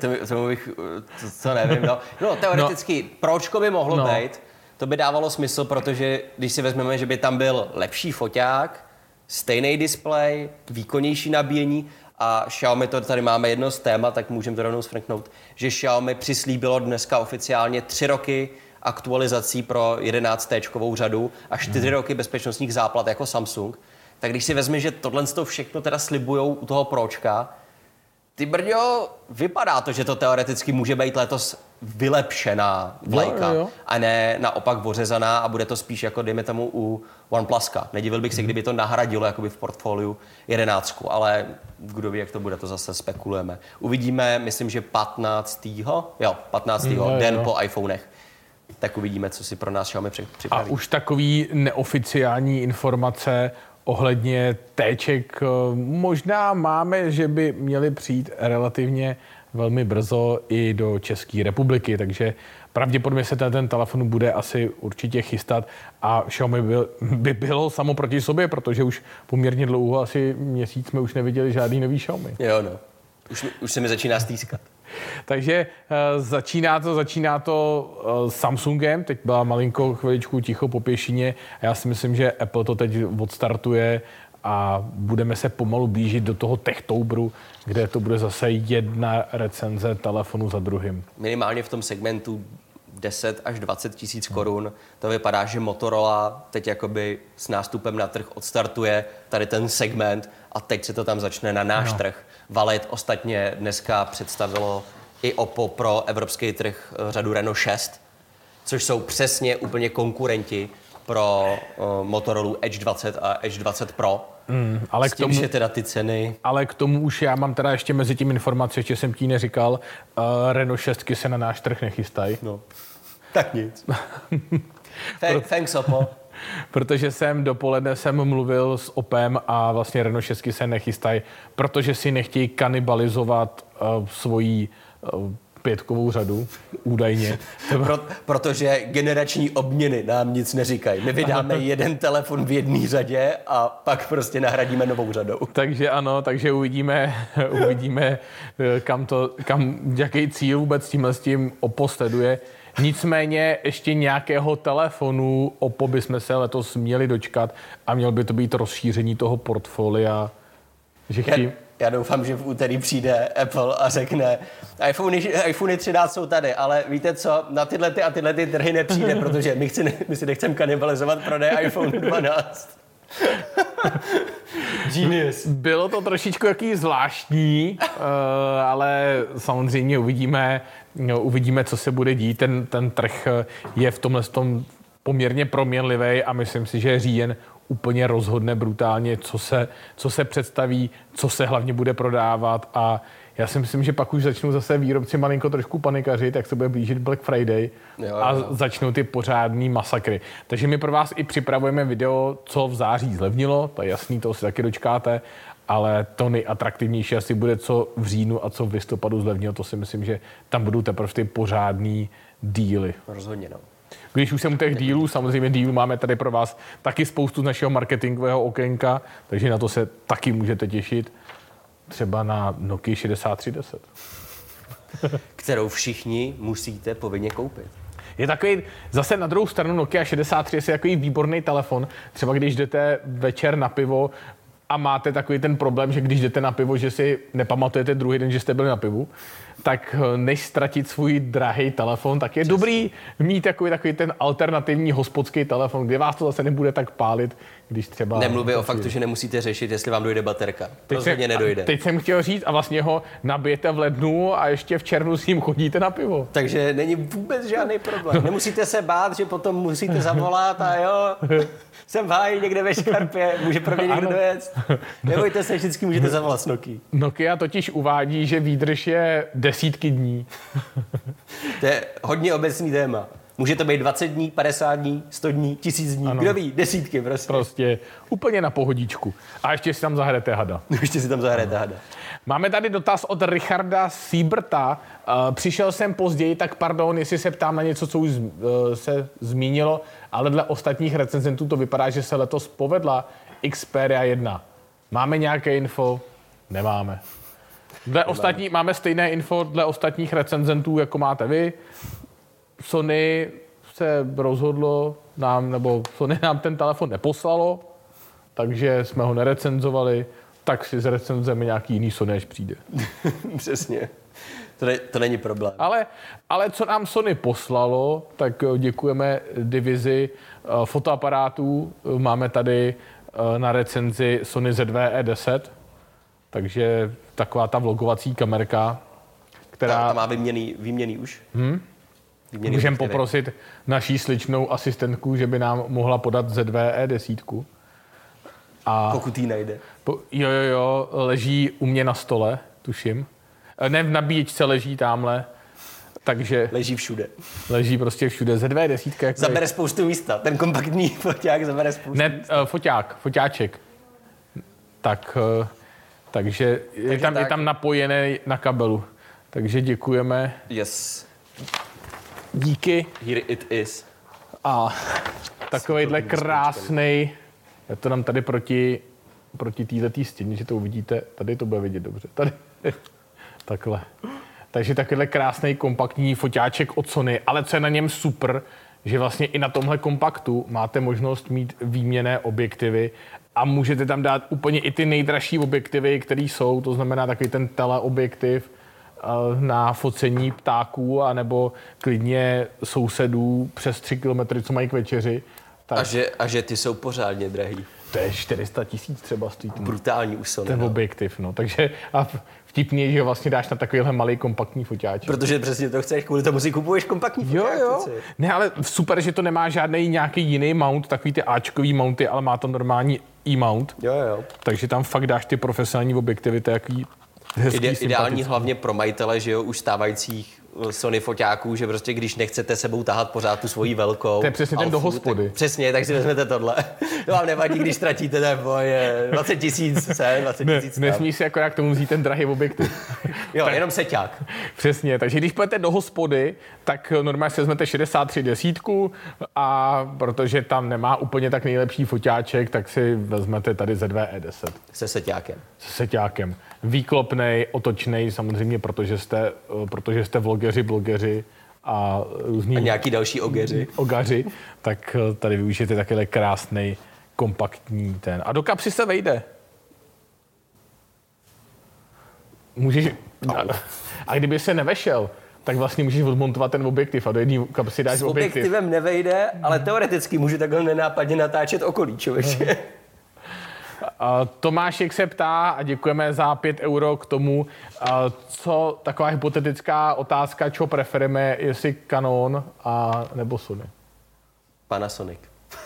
B: to nevím. No teoreticky, pročko by mohlo být, to by dávalo smysl, protože když si vezmeme, že by tam byl lepší foťák, stejný displej, výkonnější nabíjení a Xiaomi, to tady máme jedno z témat, tak můžeme to rovnou sfrknout, že Xiaomi přislíbilo dneska oficiálně 3 roky aktualizací pro 11T řadu a 4 roky bezpečnostních záplat jako Samsung. Tak když si vezme, že tohle všechno teda slibujou u toho Pročka, ty brďo, vypadá to, že to teoreticky může být letos vylepšená vlajka a ne naopak ořezaná a bude to spíš jako, dejme tomu, u OnePluska. Nedivil bych se, kdyby to nahradilo jakoby v portfoliu 11, ale kdo ví, jak to bude, to zase spekulujeme. Uvidíme, myslím, že 15. den po iPhonech. Tak uvidíme, co si pro nás Xiaomi připraví.
A: A už takový neoficiální informace ohledně Tček možná máme, že by měly přijít relativně velmi brzo i do České republiky, takže pravděpodobně se ten telefon bude asi určitě chystat a Xiaomi by bylo samo proti sobě, protože už poměrně dlouho, asi měsíc jsme už neviděli žádný nový Xiaomi.
B: Jo, no. Už se mi začíná stýskat.
A: Takže začíná to Samsungem, teď byla malinko chviličku ticho po pěšině a já si myslím, že Apple to teď odstartuje a budeme se pomalu blížit do toho Techtoberu, kde to bude zase jedna recenze telefonu za druhým.
B: Minimálně v tom segmentu 10 až 20 tisíc korun. To vypadá, že Motorola teď jakoby s nástupem na trh odstartuje tady ten segment a teď se to tam začne na náš trh valit. Ostatně dneska představilo i Oppo pro evropský trh řadu Reno 6, což jsou přesně úplně konkurenti pro Motorola Edge 20 a Edge 20 Pro.
A: Ale
B: s tím, že teda ty ceny...
A: Ale k tomu už já mám teda ještě mezi tím informace, ještě jsem ti neříkal, Reno 6 se na náš trh nechystají.
B: No, tak nic. Thanks, Oppo.
A: Protože dopoledne jsem mluvil s Opem a vlastně Reno 6 se nechystají, protože si nechtějí kanibalizovat svoji pětkovou řadu, údajně.
B: Protože generační obměny nám nic neříkají. My vydáme jeden telefon v jedné řadě a pak prostě nahradíme novou řadou.
A: Takže ano, takže uvidíme jaký cíl vůbec s tím Oppo sleduje. Nicméně ještě nějakého telefonu Oppo bychom se letos měli dočkat a měl by to být rozšíření toho portfolia.
B: Já doufám, že v úterý přijde Apple a řekne, iPhony 13 jsou tady, ale víte co, na tyhle trhy nepřijde, protože my si nechceme kanibalizovat prodej iPhone 12. Genius.
A: Bylo to trošičku jaký zvláštní, ale samozřejmě uvidíme, co se bude dít. Ten trh je v tomhle poměrně proměnlivý a myslím si, že říjen úplně rozhodne brutálně, co se představí, co se hlavně bude prodávat a já si myslím, že pak už začnou zase výrobci malinko trošku panikařit, jak se bude blížit Black Friday a začnou ty pořádný masakry. Takže my pro vás i připravujeme video, co v září zlevnilo, to je jasný, to si taky dočkáte, ale to nejatraktivnější asi bude, co v říjnu a co v listopadu zlevnilo, to si myslím, že tam budou teprve ty pořádný díly.
B: Rozhodně, no.
A: Když už jsem u těch dílů, samozřejmě dílů máme tady pro vás taky spoustu z našeho marketingového okénka, takže na to se taky můžete těšit. Třeba na Nokia 6310.
B: Kterou všichni musíte povinně koupit.
A: Je takový, zase na druhou stranu Nokia 63 je takový výborný telefon. Třeba když jdete večer na pivo a máte takový ten problém, že když jdete na pivo, že si nepamatujete druhý den, že jste byli na pivu, tak než ztratit svůj drahý telefon, tak je dobrý mít takový ten alternativní hospodský telefon, kde vás to zase nebude tak pálit, když třeba...
B: Nemluví o faktu, že nemusíte řešit, jestli vám dojde baterka. Rozhodně nedojde.
A: Teď jsem chtěl říct, a vlastně ho nabijete v lednu a ještě v červnu s ním chodíte na pivo.
B: Takže není vůbec žádný problém. Nemusíte se bát, že potom musíte zavolat a jo, jsem v háji někde ve Škarpě, může pro mě někdo dojet. Nebojte se, vždycky můžete zavolat s Nokia.
A: Nokia totiž uvádí, že výdrž je 10 dní.
B: To je hodně obecný téma. Může to být 20 dní, 50 dní, 100 dní, 1000 dní. Ano. Kdo ví, desítky prostě.
A: Prostě úplně na pohodičku. A ještě si tam zahrajete hada. Máme tady dotaz od Richarda Sieberta. Přišel jsem později, tak pardon, jestli se ptám na něco, co už se zmínilo, ale dle ostatních recenzentů to vypadá, že se letos povedla Xperia 1. Máme nějaké info? Nemáme. Máme stejné info dle ostatních recenzentů, jako máte vy. Sony se rozhodlo Sony nám ten telefon neposlalo, takže jsme ho nerecenzovali, tak si zrecenzujeme nějaký jiný Sony, až přijde.
B: Přesně. To není problém.
A: Ale co nám Sony poslalo, tak děkujeme divizi fotoaparátů. Máme tady na recenzi Sony ZV-E10, takže taková ta vlogovací kamerka, která...
B: Ta má výměný už?
A: Můžeme poprosit naší sličnou asistentku, že by nám mohla podat ZV-E10.
B: Pokud jí najde.
A: Jo, leží u mě na stole, tuším. Ne, v nabíječce leží tamhle, takže... Leží prostě všude. ZV-10.
B: Zabere spoustu místa. Ten kompaktní foťák zabere spoustu místa.
A: Foťáček. Takže je tam napojený na kabelu. Takže děkujeme.
B: Yes.
A: Díky.
B: Here it is.
A: A takovejhle krásnej, já to dám tady proti této stěně, že to uvidíte, tady to bude vidět dobře, tady, takhle. Takže takovýhle krásnej kompaktní foťáček od Sony, ale co je na něm super, že vlastně i na tomhle kompaktu máte možnost mít výměnné objektivy a můžete tam dát úplně i ty nejdražší objektivy, které jsou, to znamená takový ten teleobjektiv, na focení ptáků, anebo klidně sousedů přes 3 kilometry, co mají k večeři.
B: Tak. A že ty jsou pořádně drahý.
A: To je 400 000 třeba stojí.
B: Brutální úson.
A: Ten objektiv, no. Takže a vtipný je, že ho vlastně dáš na takovýhle malý kompaktní foťáček.
B: Protože přesně to chceš, kvůli tomu si kupuješ kompaktní foťák.
A: Jo. Ne, ale super, že to nemá žádný nějaký jiný mount, takový ty áčkový mounty, ale má to normální e-mount.
B: Jo.
A: Takže tam fakt dáš ty profesionální objektivy, to je jaký hezký,
B: ideální hlavně pro majitele, že jo, už stávajících Sony foťáků, že prostě když nechcete sebou tahat pořád tu svoji velkou.
A: To je přesně ten do hospody.
B: Přesně, tak si vezmete tohle. To vám nevadí, když ztratíte nebo 20 000 sen, 20 000 tam.
A: Nesmí si akorát k tomu vzít ten drahý objektiv.
B: Jo, tak, jenom seťák.
A: Přesně, takže když půjdete do hospody, tak normálně si vezmete 6310 a protože tam nemá úplně tak nejlepší foťáček, tak si vezmete tady ZV-E10.
B: Se seťákem.
A: Výklopnej, otočnej, samozřejmě, protože jste vlogeři, blogeři a různý...
B: A nějaký další
A: ogaři, tak tady využijete takovýhle krásnej, kompaktní ten. A do kapsy se vejde. Můžeš... A kdyby se nevešel, tak vlastně můžeš odmontovat ten objektiv a do jedné kapsy dáš objektiv.
B: S objektivem nevejde, ale teoreticky můžu takhle nenápadně natáčet okolí, člověče.
A: Tomášek se ptá a děkujeme za 5 € k tomu, co taková hypotetická otázka, čo preferujeme, jestli Canon a nebo Sony.
B: Panasonic.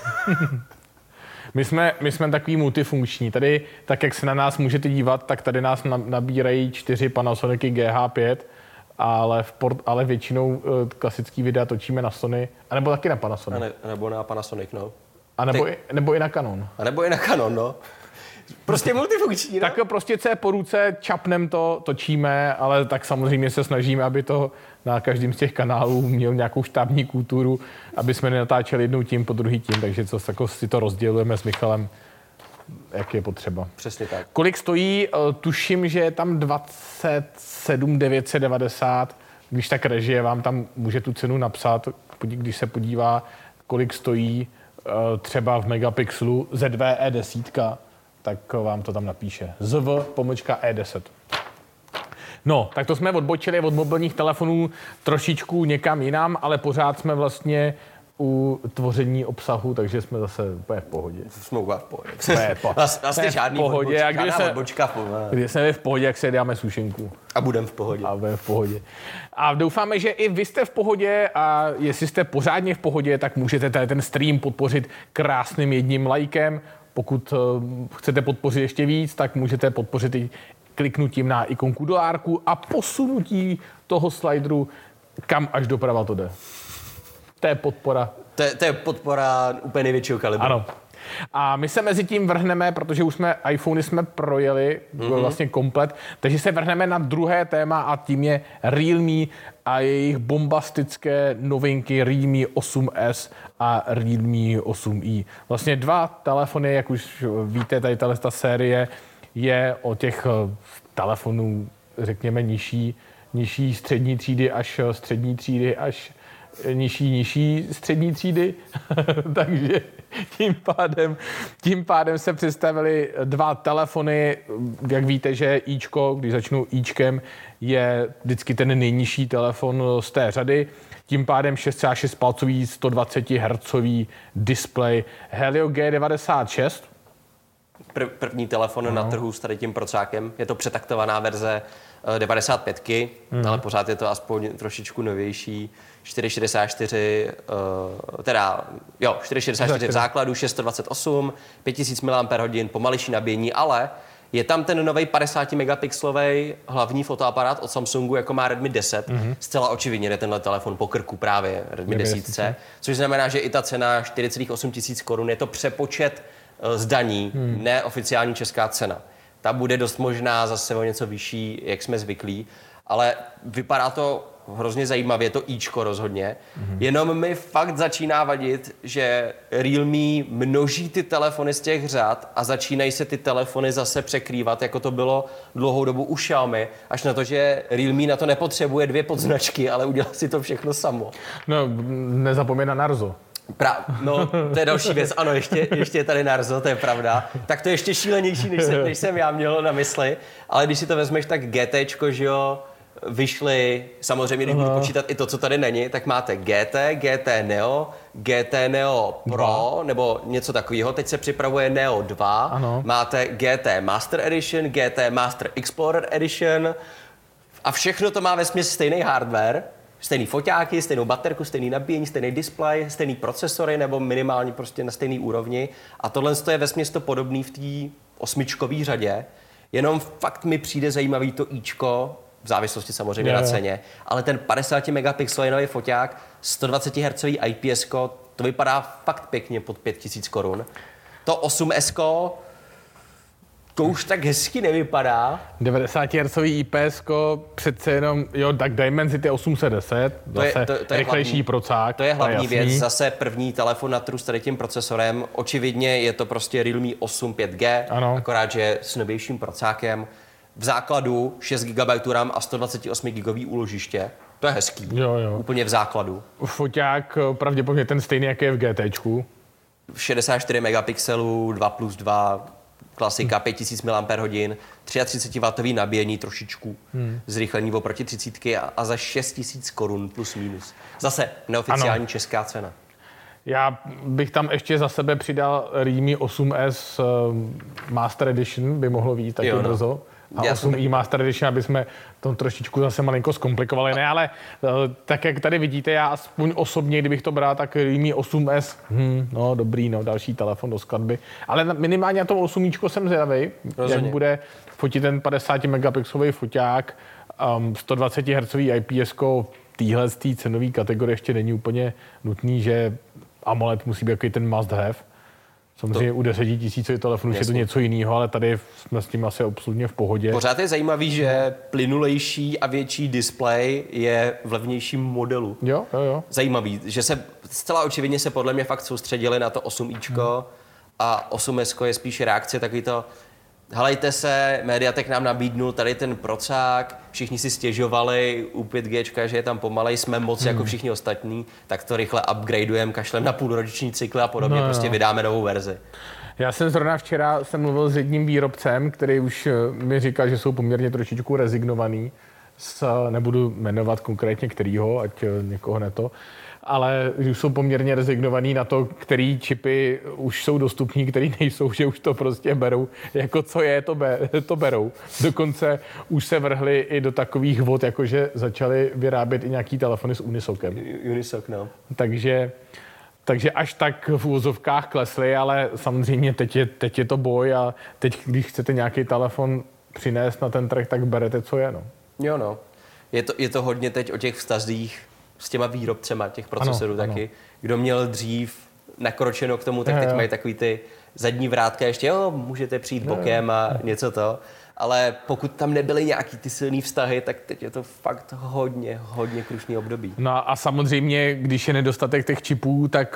A: My jsme takový multifunkční. Tady, tak jak se na nás můžete dívat, tak tady nás nabírají 4 Panasonicy GH5, ale většinou klasický videa točíme na Sony, anebo taky na Panasonic.
B: Nebo na Panasonic, no.
A: Nebo i na Canon.
B: A nebo i na Canon, no. Prostě multifunkční, no?
A: Tak prostě co je po ruce, čapnem to, točíme, ale tak samozřejmě se snažíme, aby to na každém z těch kanálů měl nějakou štábní kulturu, aby jsme nenatáčeli jednou tím, po druhý tím, takže jako si to rozdělujeme s Michalem, jak je potřeba.
B: Přesně tak.
A: Kolik stojí? Tuším, že je tam 27 990, když tak režie vám tam může tu cenu napsat, když se podívá, kolik stojí třeba v megapixelu ZV-E10, tak vám to tam napíše. ZV-E10. No, tak to jsme odbočili od mobilních telefonů trošičku někam jinam, ale pořád jsme vlastně u tvoření obsahu, takže jsme zase úplně v pohodě.
B: Jsme úplně v pohodě.
A: Vlastně
B: žádný
A: pohodě.
B: odbočka.
A: Když jsme v pohodě, jak se dáme sušenku.
B: A budeme v pohodě.
A: A budeme v pohodě. A doufáme, že i vy jste v pohodě a jestli jste pořádně v pohodě, tak můžete ten stream podpořit krásným jedním lajkem. Pokud chcete podpořit ještě víc, tak můžete podpořit i kliknutím na ikonku dolárku a posunutí toho slideru, kam až doprava to jde. To je podpora.
B: To je podpora úplně největšího kalibru.
A: Ano. A my se mezi tím vrhneme, protože už jsme iPhony jsme projeli vlastně komplet, takže se vrhneme na druhé téma a tím je Realme a jejich bombastické novinky Realme 8S a Realme 8i. Vlastně dva telefony, jak už víte, tady ta série je o těch telefonů, řekněme, nižší střední třídy až střední třídy až nižší střední třídy, takže tím pádem se představili dva telefony. Jak víte, že ičko, když začnu ičkem, je vždycky ten nejnižší telefon z té řady. Tím pádem 6,6 palcový 120 Hz displej Helio G96.
B: První telefon na trhu s tady tím procákem. Je to přetaktovaná verze 95, ale pořád je to aspoň trošičku novější. 464, 464 v základu, 628, 5000 mAh, pomalejší nabíjení, ale je tam ten nový 50 megapixelový hlavní fotoaparát od Samsungu, jako má Redmi 10. Zcela očividně jde tenhle telefon po krku právě Redmi 10, což znamená, že i ta cena 4,8 tisíc korun je to přepočet z daní, neoficiální česká cena. Ta bude dost možná zase o něco vyšší, jak jsme zvyklí, ale vypadá to hrozně zajímavě, je to ičko rozhodně. Jenom mi fakt začíná vadit, že Realme množí ty telefony z těch řad a začínají se ty telefony zase překrývat, jako to bylo dlouhou dobu u Xiaomi, až na to, že Realme na to nepotřebuje 2 podznačky, ale udělá si to všechno samo.
A: No, nezapomeň na Narzo.
B: No, to je další věc. Ano, ještě je tady Narzo, to je pravda. Tak to je ještě šílenější, než jsem já měl na mysli. Ale když si to vezmeš, tak GTčko, že jo, vyšly, samozřejmě, když budu počítat i to, co tady není, tak máte GT Neo, GT Neo Pro, nebo něco takového. Teď se připravuje Neo 2. Ano. Máte GT Master Edition, GT Master Explorer Edition a všechno to má vesměs stejný hardware, stejný foťáky, stejnou baterku, stejný nabíjení, stejný displej, stejný procesory nebo minimálně prostě na stejný úrovni. A tohle je vesměs to podobný v té 8čkové řadě. Jenom fakt mi přijde zajímavý to ičko, v závislosti samozřejmě na ceně, ale ten 50 megapixelový foťák, 120 Hz IPS, to vypadá fakt pěkně pod 5000 korun. To 8S, to už tak hezky nevypadá.
A: 90 Hz IPS, přece jenom, tak Dimensity 810, zase to je rychlejší procák.
B: To je hlavní věc, zase první telefon na trhu s tady tím procesorem. Očividně je to prostě Realme 8 5G, akorát, že s novějším procákem. V základu 6 GB RAM a 128 GB úložiště. To je hezký.
A: Jo.
B: Úplně v základu.
A: Foťák pravděpodobně ten stejný, jaký je v GTčku.
B: 64 megapixelů, 2+2, klasika, 5000 mAh, 33W nabíjení trošičku, zrychlení oproti 30 a za 6000 korun plus minus. Zase neoficiální česká cena.
A: Já bych tam ještě za sebe přidal Realme 8S Master Edition, by mohlo být taky brzo. A 8i Master Edition, aby jsme to trošičku zase malinko zkomplikovali. Ne, ale tak, jak tady vidíte, já aspoň osobně, kdybych to bral, tak Realme 8S, dobrý, další telefon do skladby. Ale minimálně na tom 8ičko jsem zvědavej, jak bude fotit ten 50 megapixelový foťák, 120 Hz IPS, téhle cenové kategorie ještě není úplně nutný, že AMOLED musí být jaký ten must have. Samozřejmě u 10 000 telefonů je to něco jiného, ale tady jsme s tím asi absolutně v pohodě.
B: Pořád je zajímavý, že plynulejší a větší displej je v levnějším modelu.
A: Jo.
B: Zajímavý, že se zcela očividně se podle mě fakt soustředili na to 8ičko a 8S je spíš reakce takový to, helejte se, Mediatek nám nabídnul tady ten procák, všichni si stěžovali u 5G, že je tam pomalej, jsme moc jako všichni ostatní, tak to rychle upgradeujeme, kašlem na půlroční cykly a podobně, prostě vydáme novou verzi.
A: Já jsem zrovna včera mluvil s jedním výrobcem, který už mi říkal, že jsou poměrně trošičku rezignovaný nebudu jmenovat konkrétně kterýho, ať někoho neto, ale už jsou poměrně rezignovaný na to, který čipy už jsou dostupní, který nejsou, že už to prostě berou. Jako co je, to berou. Dokonce už se vrhli i do takových vod, jakože začali vyrábět i nějaký telefony s Unisokem.
B: Unisoc, no.
A: Takže až tak v úvozovkách klesly, ale samozřejmě teď je to boj a teď, když chcete nějaký telefon přinést na ten trh, tak berete, co je, no.
B: Jo, no. Je to hodně teď o těch vztazích s těma výrobcema těch procesorů taky. Ano. Kdo měl dřív nakročeno k tomu, tak teď mají takový ty zadní vrátka ještě, můžete přijít bokem a něco to. Ale pokud tam nebyly nějaký ty silný vztahy, tak teď je to fakt hodně krušný období.
A: No a samozřejmě, když je nedostatek těch čipů, tak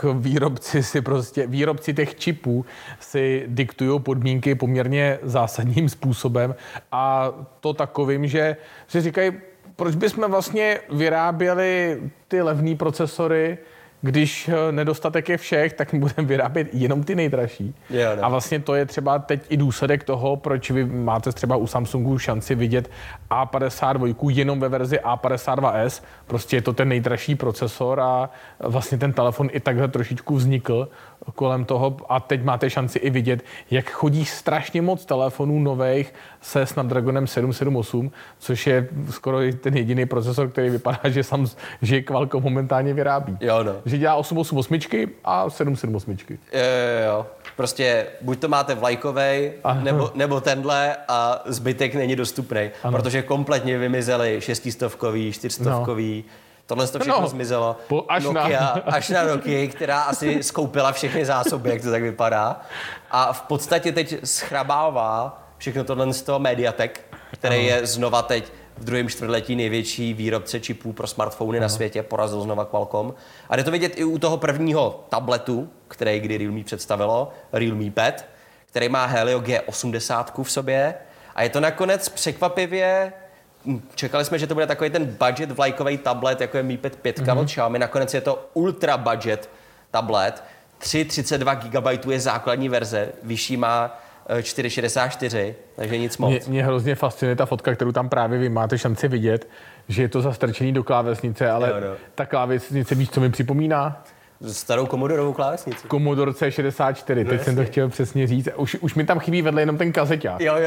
A: výrobci těch čipů si diktují podmínky poměrně zásadním způsobem a to takovým, že si říkají, proč bychom vlastně vyráběli ty levné procesory, když nedostatek je všech, tak budeme vyrábět jenom ty nejdražší.
B: No.
A: A vlastně to je třeba teď i důsledek toho, proč vy máte třeba u Samsungu šanci vidět A52 jenom ve verzi A52s. Prostě je to ten nejdražší procesor a vlastně ten telefon i takhle trošičku vznikl kolem toho a teď máte šanci i vidět, jak chodí strašně moc telefonů nových se Snapdragonem 778, což je skoro ten jediný procesor, který vypadá, že Qualcomm momentálně vyrábí.
B: Jo, no.
A: Že dělá 888 a 778.
B: Jo. Prostě buď to máte vlajkovej, nebo tenhle a zbytek není dostupný, protože kompletně vymizely 600, 400. Tohle to všechno zmizelo. Až na Nokia, která asi skoupila všechny zásoby, jak to tak vypadá. A v podstatě teď schrabává všechno tohle z toho Mediatek, který je znova teď v druhém čtvrtletí největší výrobce čipů pro smartfony na světě, porazil znova Qualcomm. A jde to vidět i u toho prvního tabletu, který kdy Realme představilo, Realme Pad, který má Helio G80 v sobě. A je to nakonec překvapivě, čekali jsme, že to bude takový ten budget vlajkový tablet, jako je Mi Pad 5 od Xiaomi. Nakonec je to ultra budget tablet. 32 GB je základní verze, vyšší má 4,64, takže nic moc.
A: Mě hrozně fascinuje ta fotka, kterou tam právě vy máte šanci vidět, že je to zastrčený do klávesnice, ale ta klávesnice, víš, co mi připomíná?
B: Starou Commodorovou klávesnici.
A: Commodore C64, teď jsem to chtěl přesně říct. Už mi tam chybí vedle jenom ten kazeťák.
B: Jo.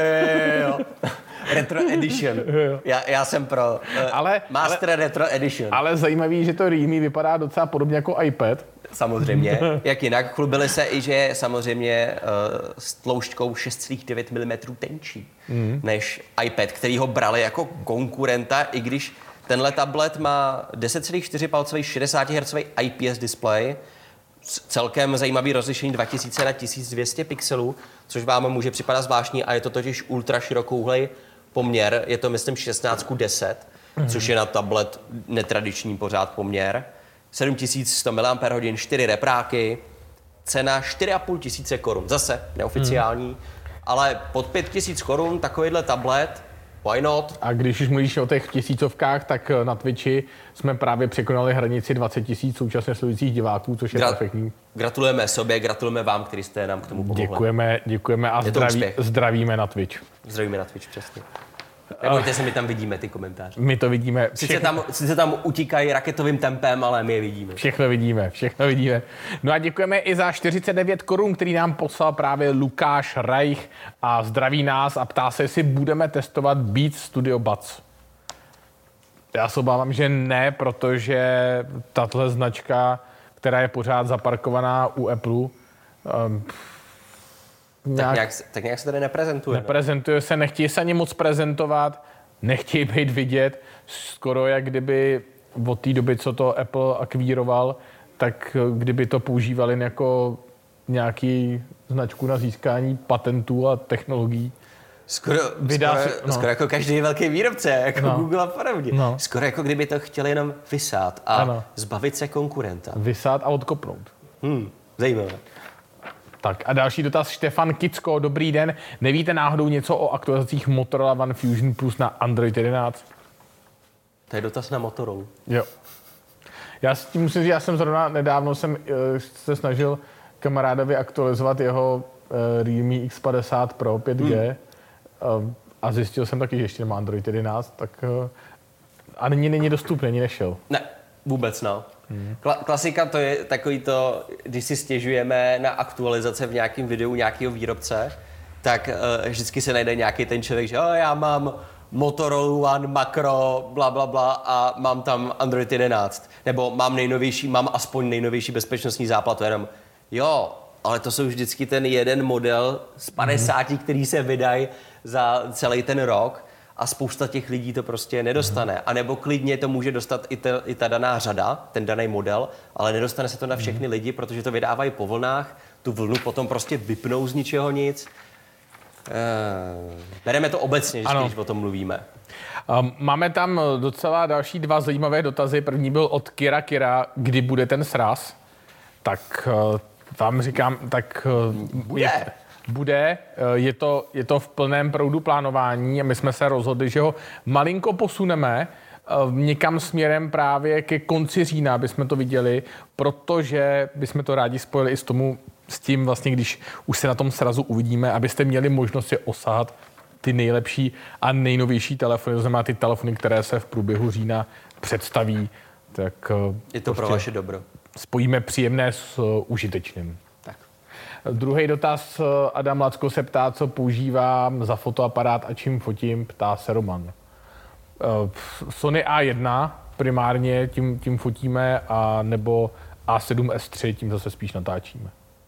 B: Retro Edition. Já jsem pro Master Retro Edition.
A: Ale zajímavý, že to Realme vypadá docela podobně jako iPad.
B: Samozřejmě. Jak jinak, chlubili se i, že je samozřejmě s tloušťkou 6,9 mm tenčí než iPad, který ho brali jako konkurenta, i když tenhle tablet má 10,4 palcový 60 Hz IPS display, celkem zajímavý rozlišení 2000 na 1200 pixelů, což vám může připadat zvláštní a je to totiž ultra širokouhlej poměr, je to myslím 16:10, což je na tablet netradiční pořád poměr. 7100 mAh, 4 repráky, cena 4500 korun, zase neoficiální, ale pod 5000 korun takovýhle tablet, why not?
A: A když už mluvíš o těch tisícovkách, tak na Twitchi jsme právě překonali hranici 20 000 současně sledujících diváků, což je perfektní.
B: Gratulujeme sobě, gratulujeme vám, kteří jste nám k tomu pomohli.
A: Děkujeme a zdravíme na Twitch.
B: Zdravíme na Twitch, přesně. Nebojte se, my tam vidíme ty komentáře.
A: My to vidíme.
B: Sice tam utíkají raketovým tempem, ale my je vidíme.
A: Všechno vidíme. No a děkujeme i za 49 korun, který nám poslal právě Lukáš Reich a zdraví nás a ptá se, jestli budeme testovat Beats Studio Buds. Já se obávám, že ne, protože tato značka, která je pořád zaparkovaná u Apple,
B: tak nějak se tady neprezentuje.
A: Neprezentuje se, nechtějí se ani moc prezentovat, nechtějí být vidět, skoro jak kdyby od té doby, co to Apple akvíroval, tak kdyby to používali jako nějaký značku na získání patentů a technologií.
B: Skoro jako každý velký výrobce, jako Google a podobně. Skoro jako kdyby to chtěli jenom vysát a zbavit se konkurenta.
A: Vysát a odkopnout.
B: Zajímavé.
A: Tak a další dotaz, Štefan Kicko, dobrý den. Nevíte náhodou něco o aktualizacích Motorola One Fusion Plus na Android 11?
B: To je dotaz na Motorola.
A: Jo. Já s tím musím říct, já jsem zrovna nedávno se snažil kamarádovi aktualizovat jeho Realme X50 Pro 5G a zjistil jsem taky, že ještě nemá Android 11, tak A není dostupný, ani nešel.
B: Ne, vůbec no. Klasika to je takový to, když si stěžujeme na aktualizace v nějakém videu nějakého výrobce, tak vždycky se najde nějaký ten člověk, že já mám Motorola One Macro, bla, bla, bla a mám tam Android 11. Nebo mám aspoň nejnovější bezpečnostní záplatu, jenom jo, ale to jsou vždycky ten jeden model z 50, který se vydají za celý ten rok a spousta těch lidí to prostě nedostane. A nebo klidně to může dostat i ta daná řada, ten daný model, ale nedostane se to na všechny lidi, protože to vydávají po vlnách, tu vlnu potom prostě vypnou z ničeho nic. Bereme to obecně, když o tom mluvíme.
A: Máme tam docela další 2 zajímavé dotazy. První byl od Kira, kdy bude ten sraz. Tak vám říkám, tak bude. Je to v plném proudu plánování a my jsme se rozhodli, že ho malinko posuneme někam směrem právě ke konci října, aby jsme to viděli, protože bychom to rádi spojili i s tím vlastně, když už se na tom srazu uvidíme, abyste měli možnost si osahat ty nejlepší a nejnovější telefony, to znamená ty telefony, které se v průběhu října představí. Tak
B: je to pro vaše dobro.
A: Spojíme příjemné s užitečným.
B: Tak.
A: Druhý dotaz, Adam Lacko se ptá, co používám za fotoaparát a čím fotím, ptá se Roman. Sony A1 primárně tím fotíme, a nebo A7S3, tím zase spíš natáčíme.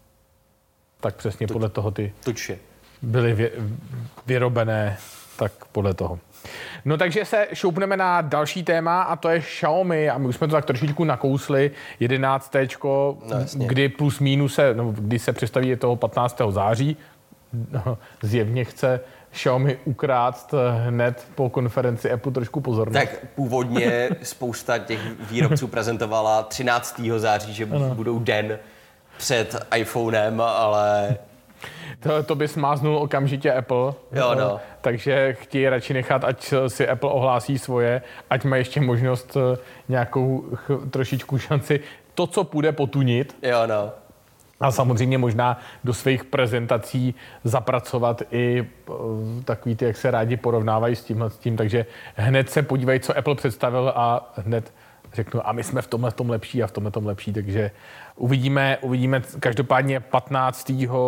A: Tak přesně podle toho ty byly vyrobené, tak podle toho. No takže se šoupneme na další téma a to je Xiaomi a my už jsme to tak trošičku nakousli, 11. Kdy plus minus kdy se představí toho 15. září. Zjevně chce Xiaomi ukrát hned po konferenci Apple trošku pozornost.
B: Tak původně spousta těch výrobců prezentovala 13. září, že budou den před iPhonem, ale...
A: To by smáznul okamžitě Apple.
B: Jo, no.
A: Takže chtějí radši nechat, ať si Apple ohlásí svoje, ať má ještě možnost nějakou trošičku šanci to, co půjde, potunit.
B: Jo, no.
A: A samozřejmě možná do svých prezentací zapracovat i takový ty, jak se rádi porovnávají s tím. Takže hned se podívají, co Apple představil a hned řeknu, a my jsme v tomhle tom lepší a v tomhle tom lepší. Takže uvidíme každopádně 15.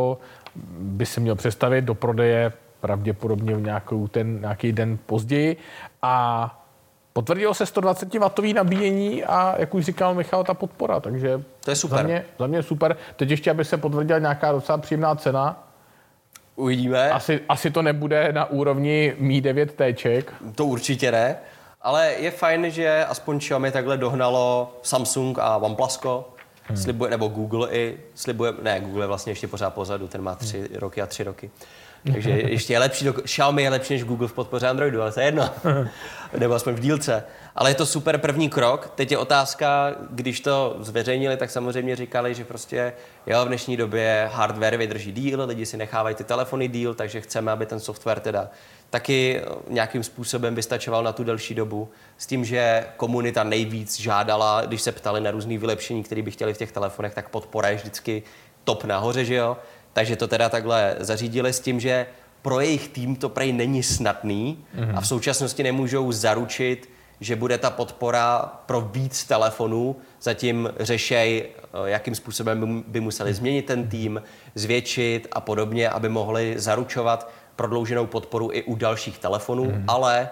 A: by se měl představit do prodeje pravděpodobně nějaký den později. A potvrdilo se 120W nabíjení a, jak už říkal Michal, ta podpora, takže
B: to je super.
A: Za mě super. Teď ještě, aby se potvrdila nějaká docela příjemná cena.
B: Uvidíme.
A: Asi to nebude na úrovni Mi 9T.
B: To určitě ne, ale je fajn, že aspoň Xiaomi takhle dohnalo Samsung a OnePlusko. Slibuje, nebo Google slibuje, ne, Google je vlastně ještě pořád pozadu, ten má 3 roky a 3 roky. Takže ještě je lepší, Xiaomi je lepší než Google v podpoře Androidu, ale to je jedno. Nebo aspoň v dílce. Ale je to super první krok. Teď je otázka, když to zveřejnili, tak samozřejmě říkali, že prostě v dnešní době hardware vydrží díl, lidi si nechávají ty telefony díl, takže chceme, aby ten software teda taky nějakým způsobem vystačoval na tu delší dobu. S tím, že komunita nejvíc žádala, když se ptali na různý vylepšení, které by chtěli v těch telefonech, tak podpora je vždycky top nahoře, že jo? Takže to teda takhle zařídili s tím, že pro jejich tým to prej není snadný a v současnosti nemůžou zaručit, že bude ta podpora pro víc telefonů. Zatím řešej, jakým způsobem by museli změnit ten tým, zvětšit a podobně, aby mohli zaručovat prodlouženou podporu i u dalších telefonů, ale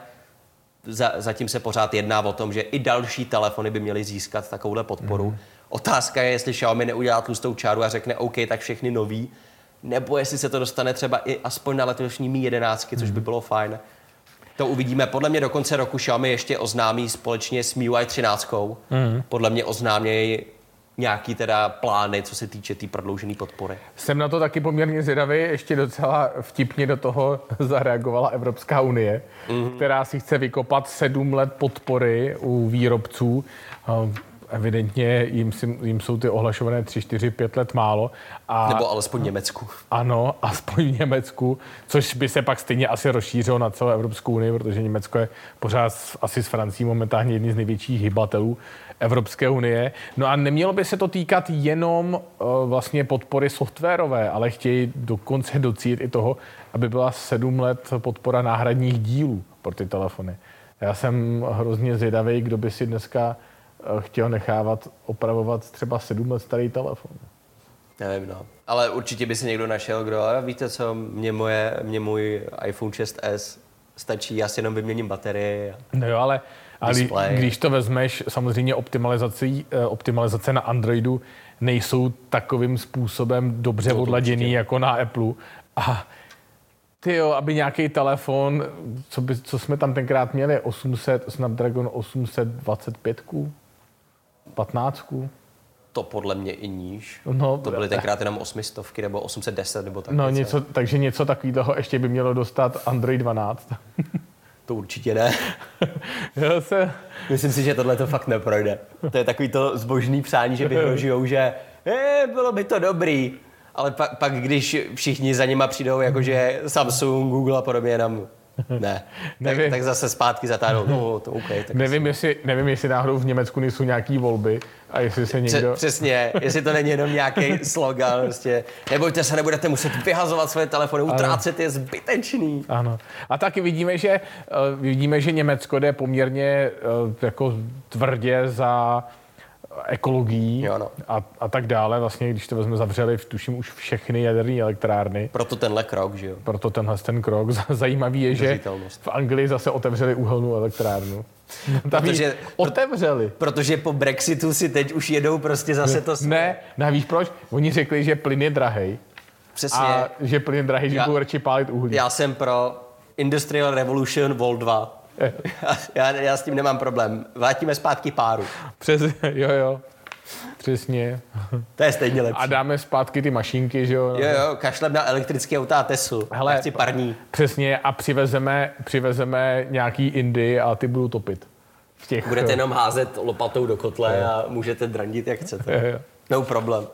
B: zatím se pořád jedná o tom, že i další telefony by měly získat takovouhle podporu. Otázka je, jestli Xiaomi neudělá tlustou čáru a řekne OK, tak všechny nový, nebo jestli se to dostane třeba i aspoň na letošní Mi 11, což by bylo fajn. To uvidíme. Podle mě do konce roku Xiaomi ještě oznámí společně s MIUI 13. Podle mě oznámějí nějaký teda plány, co se týče té prodloužené podpory.
A: Jsem na to taky poměrně zvědavý. Ještě docela vtipně do toho zareagovala Evropská unie, která si chce vykopat 7 let podpory u výrobců. Evidentně jim jsou ty ohlašované 3, 4, 5 let málo.
B: Nebo alespoň v Německu.
A: Ano, aspoň v Německu, což by se pak stejně asi rozšířilo na celou Evropskou unii, protože Německo je pořád asi s Francií momentálně jedním z největších hybatelů Evropské unie. No a nemělo by se to týkat jenom vlastně podpory softwarové, ale chtějí dokonce docílit i toho, aby byla 7 let podpora náhradních dílů pro ty telefony. Já jsem hrozně zvědavý, kdo by si dneska chtěl nechávat opravovat třeba 7 let starý telefon.
B: Nevím, no. Ale určitě by si někdo našel, kdo, a víte co, mě můj iPhone 6s stačí, já si jenom vyměním baterii.
A: No jo, ale když to vezmeš, samozřejmě optimalizace na Androidu nejsou takovým způsobem dobře odladěný jako na Apple. A aby nějaký telefon, co jsme tam tenkrát měli, Snapdragon 825, 15.
B: To podle mě i níž. No, to byly tenkrát jenom 800 nebo 810 nebo tak.
A: No, takže něco takového ještě by mělo dostat Android 12.
B: To určitě ne. Myslím si, že tohle to fakt neprojde. To je takový to zbožný přání, že vyhrožujou, že bylo by to dobrý. Ale pak když všichni za nima přijdou, jakože Samsung, Google a podobně, nám ne. Tak zase zpátky zatáhnou. No, to okay, tak
A: nevím, jestli náhodou v Německu nejsou nějaký volby a jestli se někdo...
B: Přesně, jestli to není jenom nějaký slogan, prostě nebojte se, nebudete muset vyhazovat své telefony, utrácet je zbytečný.
A: Ano. A taky vidíme, že Německo jde poměrně jako tvrdě za ekologií a tak dále. Vlastně, když to vezme, zavřeli, tuším, už všechny jaderné elektrárny.
B: Proto tenhle krok, že jo?
A: Proto ten krok. Zajímavý je, že v Anglii zase otevřeli uhelnou elektrárnu. Otevřeli.
B: Protože po Brexitu si teď už jedou prostě zase to...
A: Ne, víš proč? Oni řekli, že plyn je drahej.
B: Přesně.
A: A že plyn je drahej, že budou radši pálit uhlí.
B: Já jsem pro Industrial Revolution Vol 2. Já s tím nemám problém. Vrátíme zpátky páru.
A: Přesně, jo. Přesně.
B: To je stejně lepší.
A: A dáme zpátky ty mašinky, že jo?
B: Jo, kašlem na elektrické auta a Teslu. Hele, chci parní.
A: Přesně, a přivezeme nějaký Indy a ty budou topit.
B: Budete jenom házet lopatou do kotle a můžete drandit, jak chcete. No problém.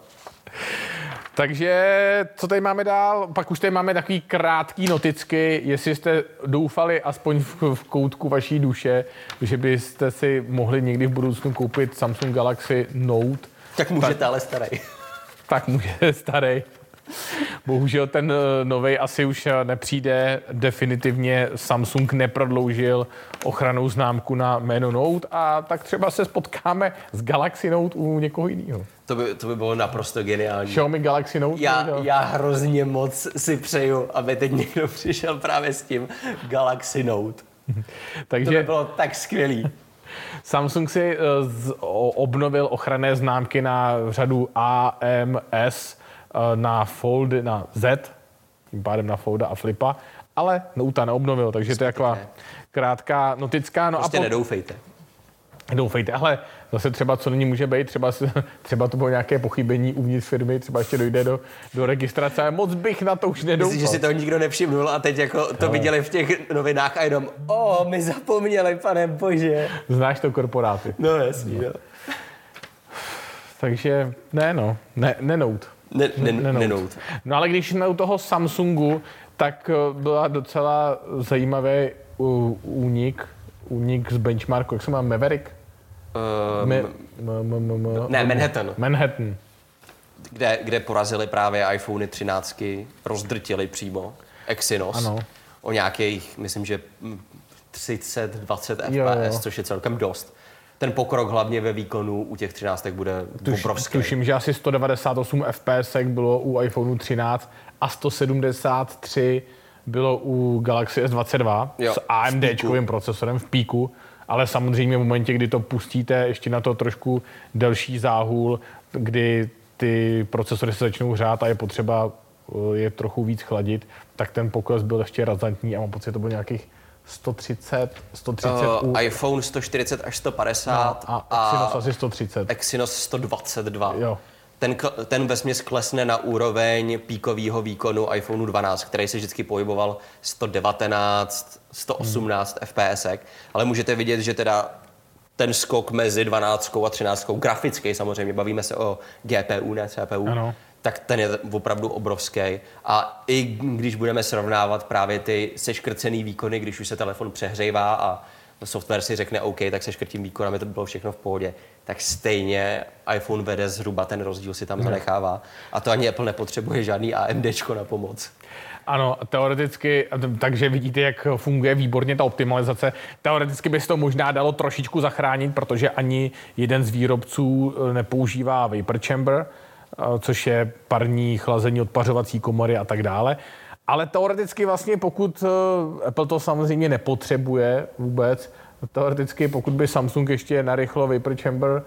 A: Takže co tady máme dál? Pak už tady máme takový krátký noticky, jestli jste doufali aspoň v koutku vaší duše, že byste si mohli někdy v budoucnu koupit Samsung Galaxy Note.
B: Tak můžete, ale starý.
A: Tak můžete starý. Bohužel ten novej asi už nepřijde. Definitivně Samsung neprodloužil ochrannou známku na jméno Note a tak třeba se spotkáme s Galaxy Note u někoho jiného.
B: To by bylo naprosto geniální.
A: Xiaomi Galaxy Note?
B: Já hrozně moc si přeju, aby teď někdo přišel právě s tím Galaxy Note. Takže to by bylo tak skvělý.
A: Samsung si obnovil ochranné známky na řadu A, M, S, na Fold, na Z, tím pádem na Folda a Flipa, ale Note neobnovil, takže to je taková krátká notická. No
B: prostě nedoufejte.
A: Doufejte, ale zase třeba co není může být, třeba to bylo nějaké pochybení uvnitř firmy, třeba ještě dojde do registrace, ale moc bych na to už nedoufal.
B: Myslím, že si to nikdo nevšimnul a teď jako to viděli v těch novinách a jenom my zapomněli, pane bože.
A: Znáš to korporáty.
B: No jasný, jo.
A: Takže ne Note.
B: Ne Note.
A: No ale když jsme u toho Samsungu, tak byla docela zajímavý únik z benchmarku, jak se má Maverick? Manhattan.
B: Kde porazili právě iPhone 13, rozdrtili přímo Exynos. Ano. O nějakých, myslím, že 30-20 fps, což je celkem dost. Ten pokrok hlavně ve výkonu u těch 13 bude obrovský.
A: Tuším, že asi 198 fps bylo u iPhone 13 a 173 bylo u Galaxy S22 s AMDčkovým procesorem v píku, ale samozřejmě v momentě, kdy to pustíte ještě na to trošku delší záhul, kdy ty procesory se začnou hřát a je potřeba je trochu víc chladit, tak ten pokles byl ještě razantní a mám pocit, že to bylo nějakých 130
B: iPhone 140 až 150
A: a Exynos asi 130.
B: Exynos 122.
A: Jo.
B: Ten vesměs klesne na úroveň píkového výkonu iPhone 12, který se vždycky pohyboval 119, 118 fps, ale můžete vidět, že teda ten skok mezi 12 a 13, grafický samozřejmě, bavíme se o GPU, ne CPU, ano. Tak ten je opravdu obrovský. A i když budeme srovnávat právě ty seškrcený výkony, když už se telefon přehřívá a software si řekne OK, tak se škrtím výkon, aby to bylo všechno v pohodě, tak stejně iPhone vede zhruba ten rozdíl si tam zanechává. A to ani Apple nepotřebuje žádný AMDčko na pomoc.
A: Ano, teoreticky, takže vidíte, jak funguje výborně ta optimalizace. Teoreticky by se to možná dalo trošičku zachránit, protože ani jeden z výrobců nepoužívá vapor chamber, což je parní chlazení, odpařovací komory a tak dále. Ale teoreticky vlastně, pokud Apple to samozřejmě nepotřebuje vůbec, teoreticky pokud by Samsung ještě narychlo vapor chamber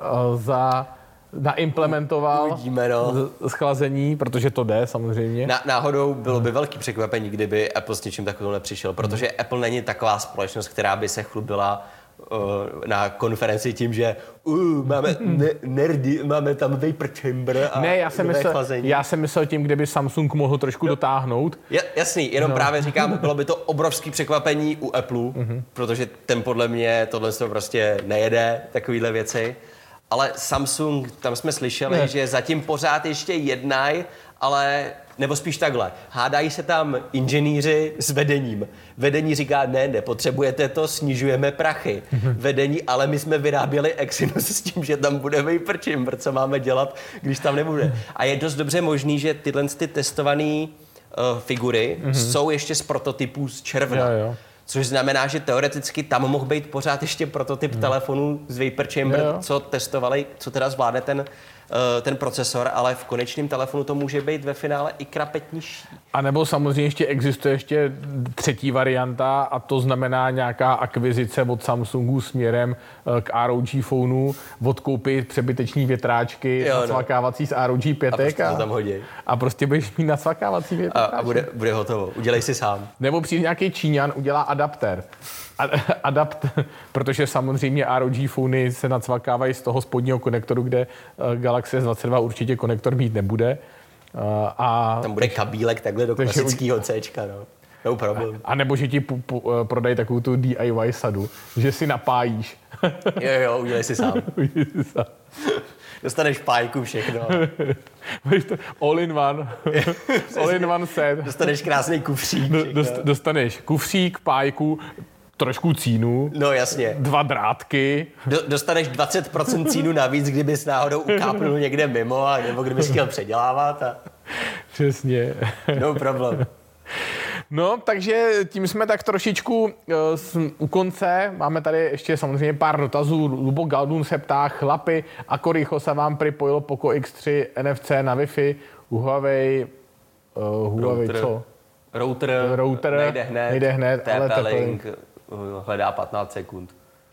A: naimplementoval schlazení, protože to jde samozřejmě.
B: Náhodou bylo by velký překvapení, kdyby Apple s něčím takovým nepřišel, protože Apple není taková společnost, která by se chlubila na konferenci tím, že máme nerdy, máme tam vapor chamber a
A: ne, já jsem myslel tím, kdyby Samsung mohl trošku dotáhnout.
B: Jasný, jenom právě říkám, bylo by to obrovský překvapení u Apple, protože ten podle mě tohle prostě nejede, takovýhle věci. Ale Samsung, tam jsme slyšeli, že zatím pořád ještě jednají, ale nebo spíš takhle. Hádají se tam inženýři s vedením. Vedení říká, ne, nepotřebujete to, snižujeme prachy. Vedení, ale my jsme vyráběli Exynos s tím, že tam bude vapor chamber, co máme dělat, když tam nebude. A je dost dobře možný, že tyhle ty testované figury jsou ještě z prototypů z června. Jo. Což znamená, že teoreticky tam mohl být pořád ještě prototyp telefonu z vapor chamber, co testovali, co teda zvládne ten procesor, ale v konečném telefonu to může být ve finále i krapet nižší.
A: A nebo samozřejmě ještě existuje ještě třetí varianta a to znamená nějaká akvizice od Samsungu směrem k ROG phoneu, odkoupit přebyteční větráčky nacvakávací z ROG 5 a prostě budeš mít nacvakávací větráčky.
B: A bude hotovo. Udělej si sám.
A: Nebo přijde nějaký Číňan, udělá adaptér. Protože samozřejmě ROG phony se nacvakávají z toho spodního konektoru, kde Galaxy S22 určitě konektor mít nebude.
B: Tam bude kabílek takhle do klasického Cčka, no. No problem.
A: A nebo že ti prodají takovou tu DIY sadu, že si napájíš.
B: Jo, udělej si sám. Dostaneš pájku, všechno.
A: All in one. All in one set.
B: Dostaneš krásný kufřík.
A: Dostaneš kufřík, pájku, trošku cínu.
B: No jasně.
A: 2 drátky.
B: Dostaneš 20% cínu navíc, kdybys náhodou ukápnul někde mimo, nebo kdybys chtěl předělávat.
A: Přesně.
B: No problém.
A: No, takže tím jsme tak trošičku u konce. Máme tady ještě samozřejmě pár dotazů. Lubo Galdun se ptá, chlapi, ako rychlo se vám připojilo Poco X3 NFC na Wi-Fi u Huawei co? Router nejde hned, ale
B: TP-Link hledá 15 sekund.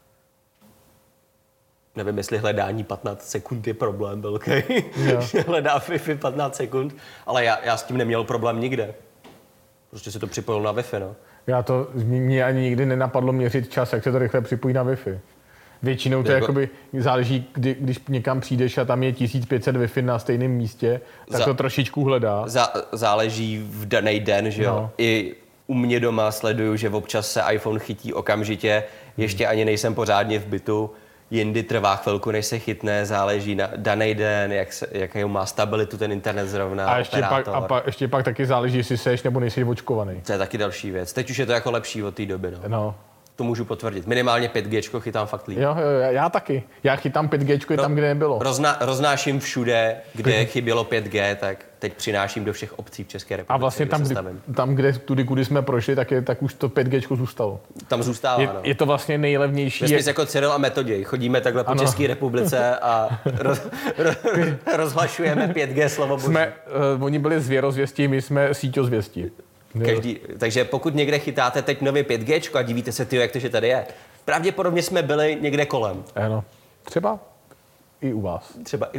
B: Nevím, jestli hledání 15 sekund je problém velký. Hledá Wi-Fi 15 sekund, ale já s tím neměl problém nikde. Prostě se to připojil na Wi-Fi, no.
A: Mě ani nikdy nenapadlo měřit čas, jak se to rychle připojí na Wi-Fi. Většinou to jakoby záleží, když někam přijdeš a tam je 1500 Wi-Fi na stejném místě, tak to trošičku hledá.
B: Záleží v daný den, že jo. No. I u mě doma sleduju, že občas se iPhone chytí okamžitě, ještě ani nejsem pořádně v bytu, jindy trvá chvilku, než se chytne, záleží na daný den, jakou má stabilitu ten internet zrovna,
A: a ještě pak taky záleží, jestli seš nebo nejsi očkovaný.
B: To je taky další věc. Teď už je to jako lepší od té doby, no. To můžu potvrdit. Minimálně 5G chytám fakt líp.
A: Jo, já taky. Já chytám 5G tam, kde nebylo.
B: Roznáším všude, kde chybělo 5G, tak teď přináším do všech obcí v České republice.
A: A vlastně tam kudy jsme prošli, tak už to 5G zůstalo.
B: Tam zůstává, no.
A: Je to vlastně nejlevnější.
B: Vesměs jako Cyril a Metoděj. Chodíme takhle po České republice a rozhlašujeme 5G slovo boží.
A: Oni byli zvěrozvěstí, my jsme síťozvěstí.
B: Takže pokud někde chytáte teď nově 5G a divíte se, jak to, že tady je, pravděpodobně jsme byli někde kolem.
A: Ano, třeba i u vás.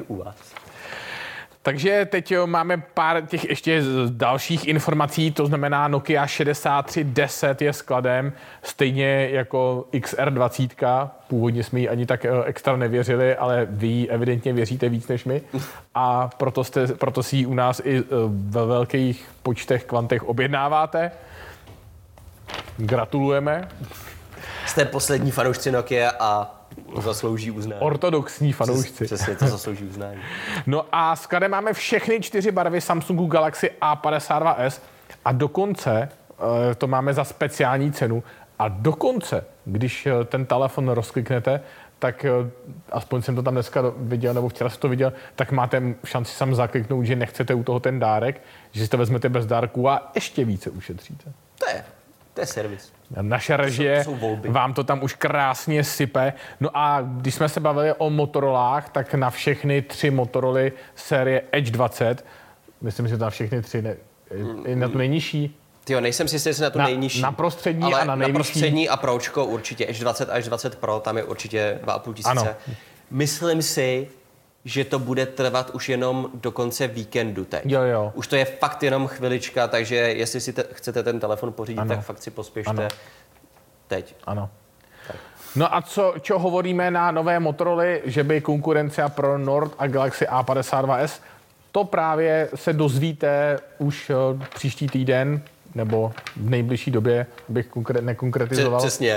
A: Takže teď máme pár těch ještě dalších informací, to znamená Nokia 6310 je skladem, stejně jako XR20, původně jsme jí ani tak extra nevěřili, ale vy jí evidentně věříte víc než my a proto si ji u nás i ve velkých počtech, kvantech objednáváte. Gratulujeme.
B: Jste poslední fanoušci Nokia a zaslouží uznání.
A: Ortodoxní fanoušci.
B: Přesně, to zaslouží uznání.
A: No a skladem máme všechny 4 barvy Samsungu Galaxy A52s a dokonce to máme za speciální cenu A dokonce, když ten telefon rozkliknete, tak aspoň jsem to tam dneska viděl, nebo včera jsem to viděl, tak máte šanci sam zakliknout, že nechcete u toho ten dárek, že si to vezmete bez dárku a ještě více ušetříte.
B: To je servis.
A: Naše režie vám to tam už krásně sype. No a když jsme se bavili o Motorolách, tak na všechny 3 Motoroly série Edge 20, myslím, že na všechny 3, na tu nejnižší.
B: Tyjo, nejsem si jistý, na tu nejnižší.
A: Na prostřední
B: ale
A: a na nejvyšší.
B: Na prostřední a Pročko určitě. Edge 20 a Edge 20 Pro, tam je určitě 2,5 tisíce.
A: Ano.
B: Myslím si, že to bude trvat už jenom do konce víkendu teď.
A: Jo.
B: Už to je fakt jenom chvilička, takže jestli si chcete ten telefon pořídit, tak fakt si pospěšte teď.
A: Ano. Tak. No a čo hovoríme na nové Motoroly, že by konkurence pro Nord a Galaxy A52s, to právě se dozvíte už příští týden, nebo v nejbližší době, bych nekonkretizoval.
B: Přesně.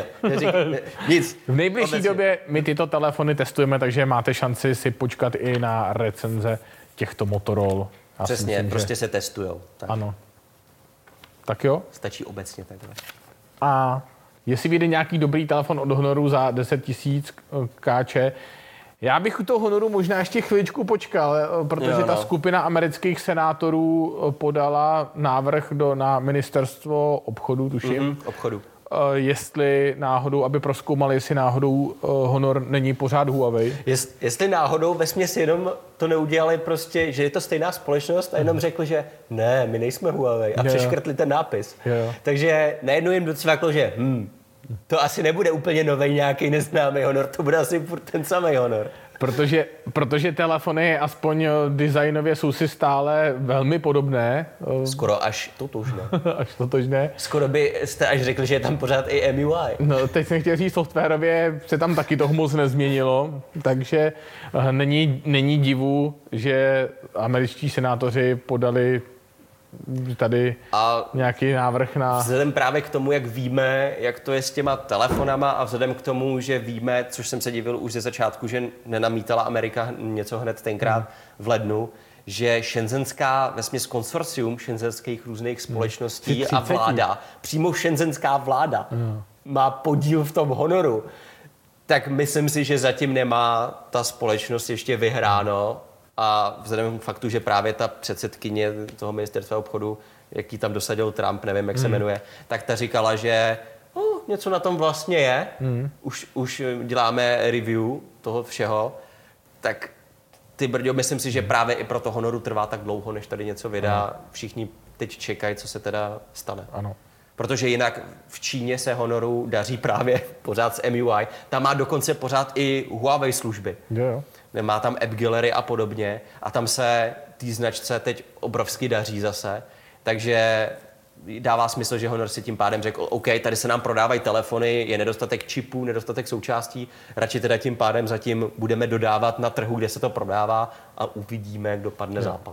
B: Nic.
A: V nejbližší době my tyto telefony testujeme, takže máte šanci si počkat i na recenze těchto Motorola.
B: Přesně, myslím, prostě se testujou. Tak.
A: Ano. Tak jo?
B: Stačí obecně takhle.
A: A jestli vyjde nějaký dobrý telefon od Honoru za 10 000 káče, já bych u toho Honoru možná ještě chviličku počkal, protože ta skupina amerických senátorů podala návrh na ministerstvo obchodu, tuším.
B: Obchodu.
A: Jestli náhodou, aby prozkoumali, jestli náhodou Honor není pořád Huawei.
B: Jestli náhodou vesměs jenom to neudělali prostě, že je to stejná společnost a jenom řekli, že ne, my nejsme Huawei a přeškrtli ten nápis. Takže najednou jim docvaklo, že to asi nebude úplně novej nějaký neznámý Honor, to bude asi ten samý Honor.
A: Protože telefony aspoň designově jsou si stále velmi podobné.
B: Skoro až totožné.
A: Až totožné.
B: Skoro byste až řekli, že je tam pořád i MUI.
A: No, teď jsem chtěl říct, softwarově se tam taky toho moc nezměnilo, takže není divu, že američtí senátoři podali tady nějaký návrh na...
B: Vzhledem právě k tomu, jak víme, jak to je s těma telefonama a vzhledem k tomu, že víme, což jsem se divil už ze začátku, že nenamítala Amerika něco hned tenkrát v lednu, že šenzenská vesměs konsorcium šenzenských různých společností a vláda, přímo šenzenská vláda má podíl v tom Honoru, tak myslím si, že zatím nemá ta společnost ještě vyhráno. A vzhledem k faktu, že právě ta předsedkyně toho ministerstva obchodu, jaký tam dosadil Trump, nevím, jak se jmenuje, tak ta říkala, že něco na tom vlastně je. Už děláme review toho všeho. Tak ty brďo, myslím si, že právě i pro to Honoru trvá tak dlouho, než tady něco vydá. Všichni teď čekají, co se teda stane.
A: Ano.
B: Protože jinak v Číně se Honoru daří právě pořád s MUI. Tam má dokonce pořád i Huawei služby.
A: Jo.
B: Má tam App Gallery a podobně. A tam se té značce teď obrovsky daří zase. Takže dává smysl, že Honor si tím pádem řekl, OK, tady se nám prodávají telefony, je nedostatek čipů, nedostatek součástí, radši teda tím pádem zatím budeme dodávat na trhu, kde se to prodává a uvidíme, jak dopadne západ.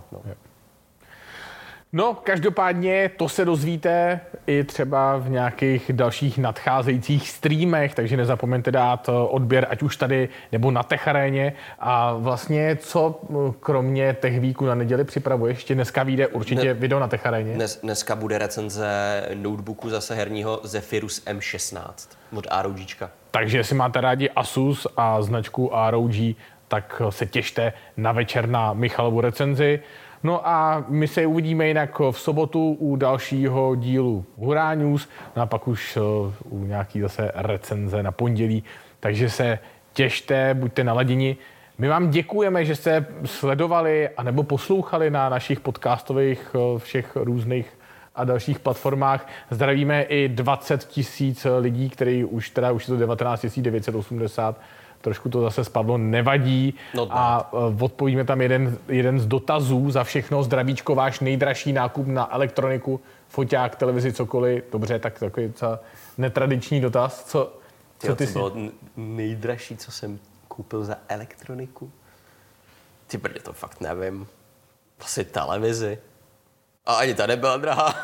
A: No, každopádně to se dozvíte i třeba v nějakých dalších nadcházejících streamech, takže nezapomeňte dát odběr, ať už tady nebo na Tech Aréně. A vlastně co kromě Tech Weeku na neděli připravuješ? Ještě dneska vyjde určitě video na Tech Aréně.
B: Dneska bude recenze notebooku zase herního Zephyrus M16 od ROGčka. Takže
A: jestli máte rádi Asus a značku ROG, tak se těšte na večer na Michalovu recenzi. No a my se uvidíme jinak v sobotu u dalšího dílu Hurá News, no a pak už u nějaký zase recenze na pondělí. Takže se těšte, buďte naladěni. My vám děkujeme, že jste sledovali anebo poslouchali na našich podcastových všech různých a dalších platformách. Zdravíme i 20 000 lidí, který už je to 19 980. Trošku to zase spadlo, nevadí. A odpovíme tam jeden z dotazů za všechno. Zdravíčko, váš nejdražší nákup na elektroniku, foťák, televizi, cokoliv. Dobře, tak takový netradiční dotaz. Co ty
B: bylo nejdražší, co jsem koupil za elektroniku? Ty brdě, to fakt nevím. Asi televizi. A ani ta nebyla drahá.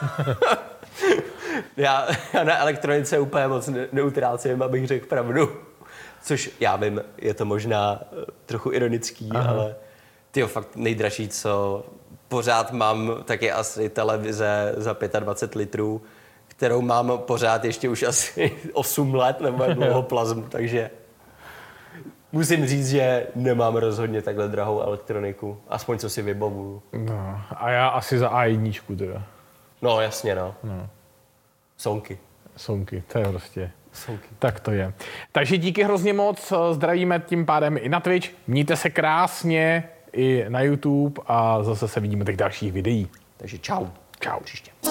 B: já na elektronice úplně moc neutrácím, abych řekl pravdu. Což já vím, je to možná trochu ironický, ale tyjo, fakt nejdražší, co pořád mám, tak je asi televize za 25 litrů, kterou mám pořád ještě už asi 8 let, nebo jak dlouho plazm, takže musím říct, že nemám rozhodně takhle drahou elektroniku, aspoň co si vybavuju.
A: No, a já asi za A1 teda.
B: No, jasně, no. Sonky,
A: to je prostě. Tak to je. Takže díky hrozně moc, zdravíme tím pádem i na Twitch, mějte se krásně i na YouTube a zase se vidíme v těch dalších videích.
B: Takže čau.
A: Čau příště.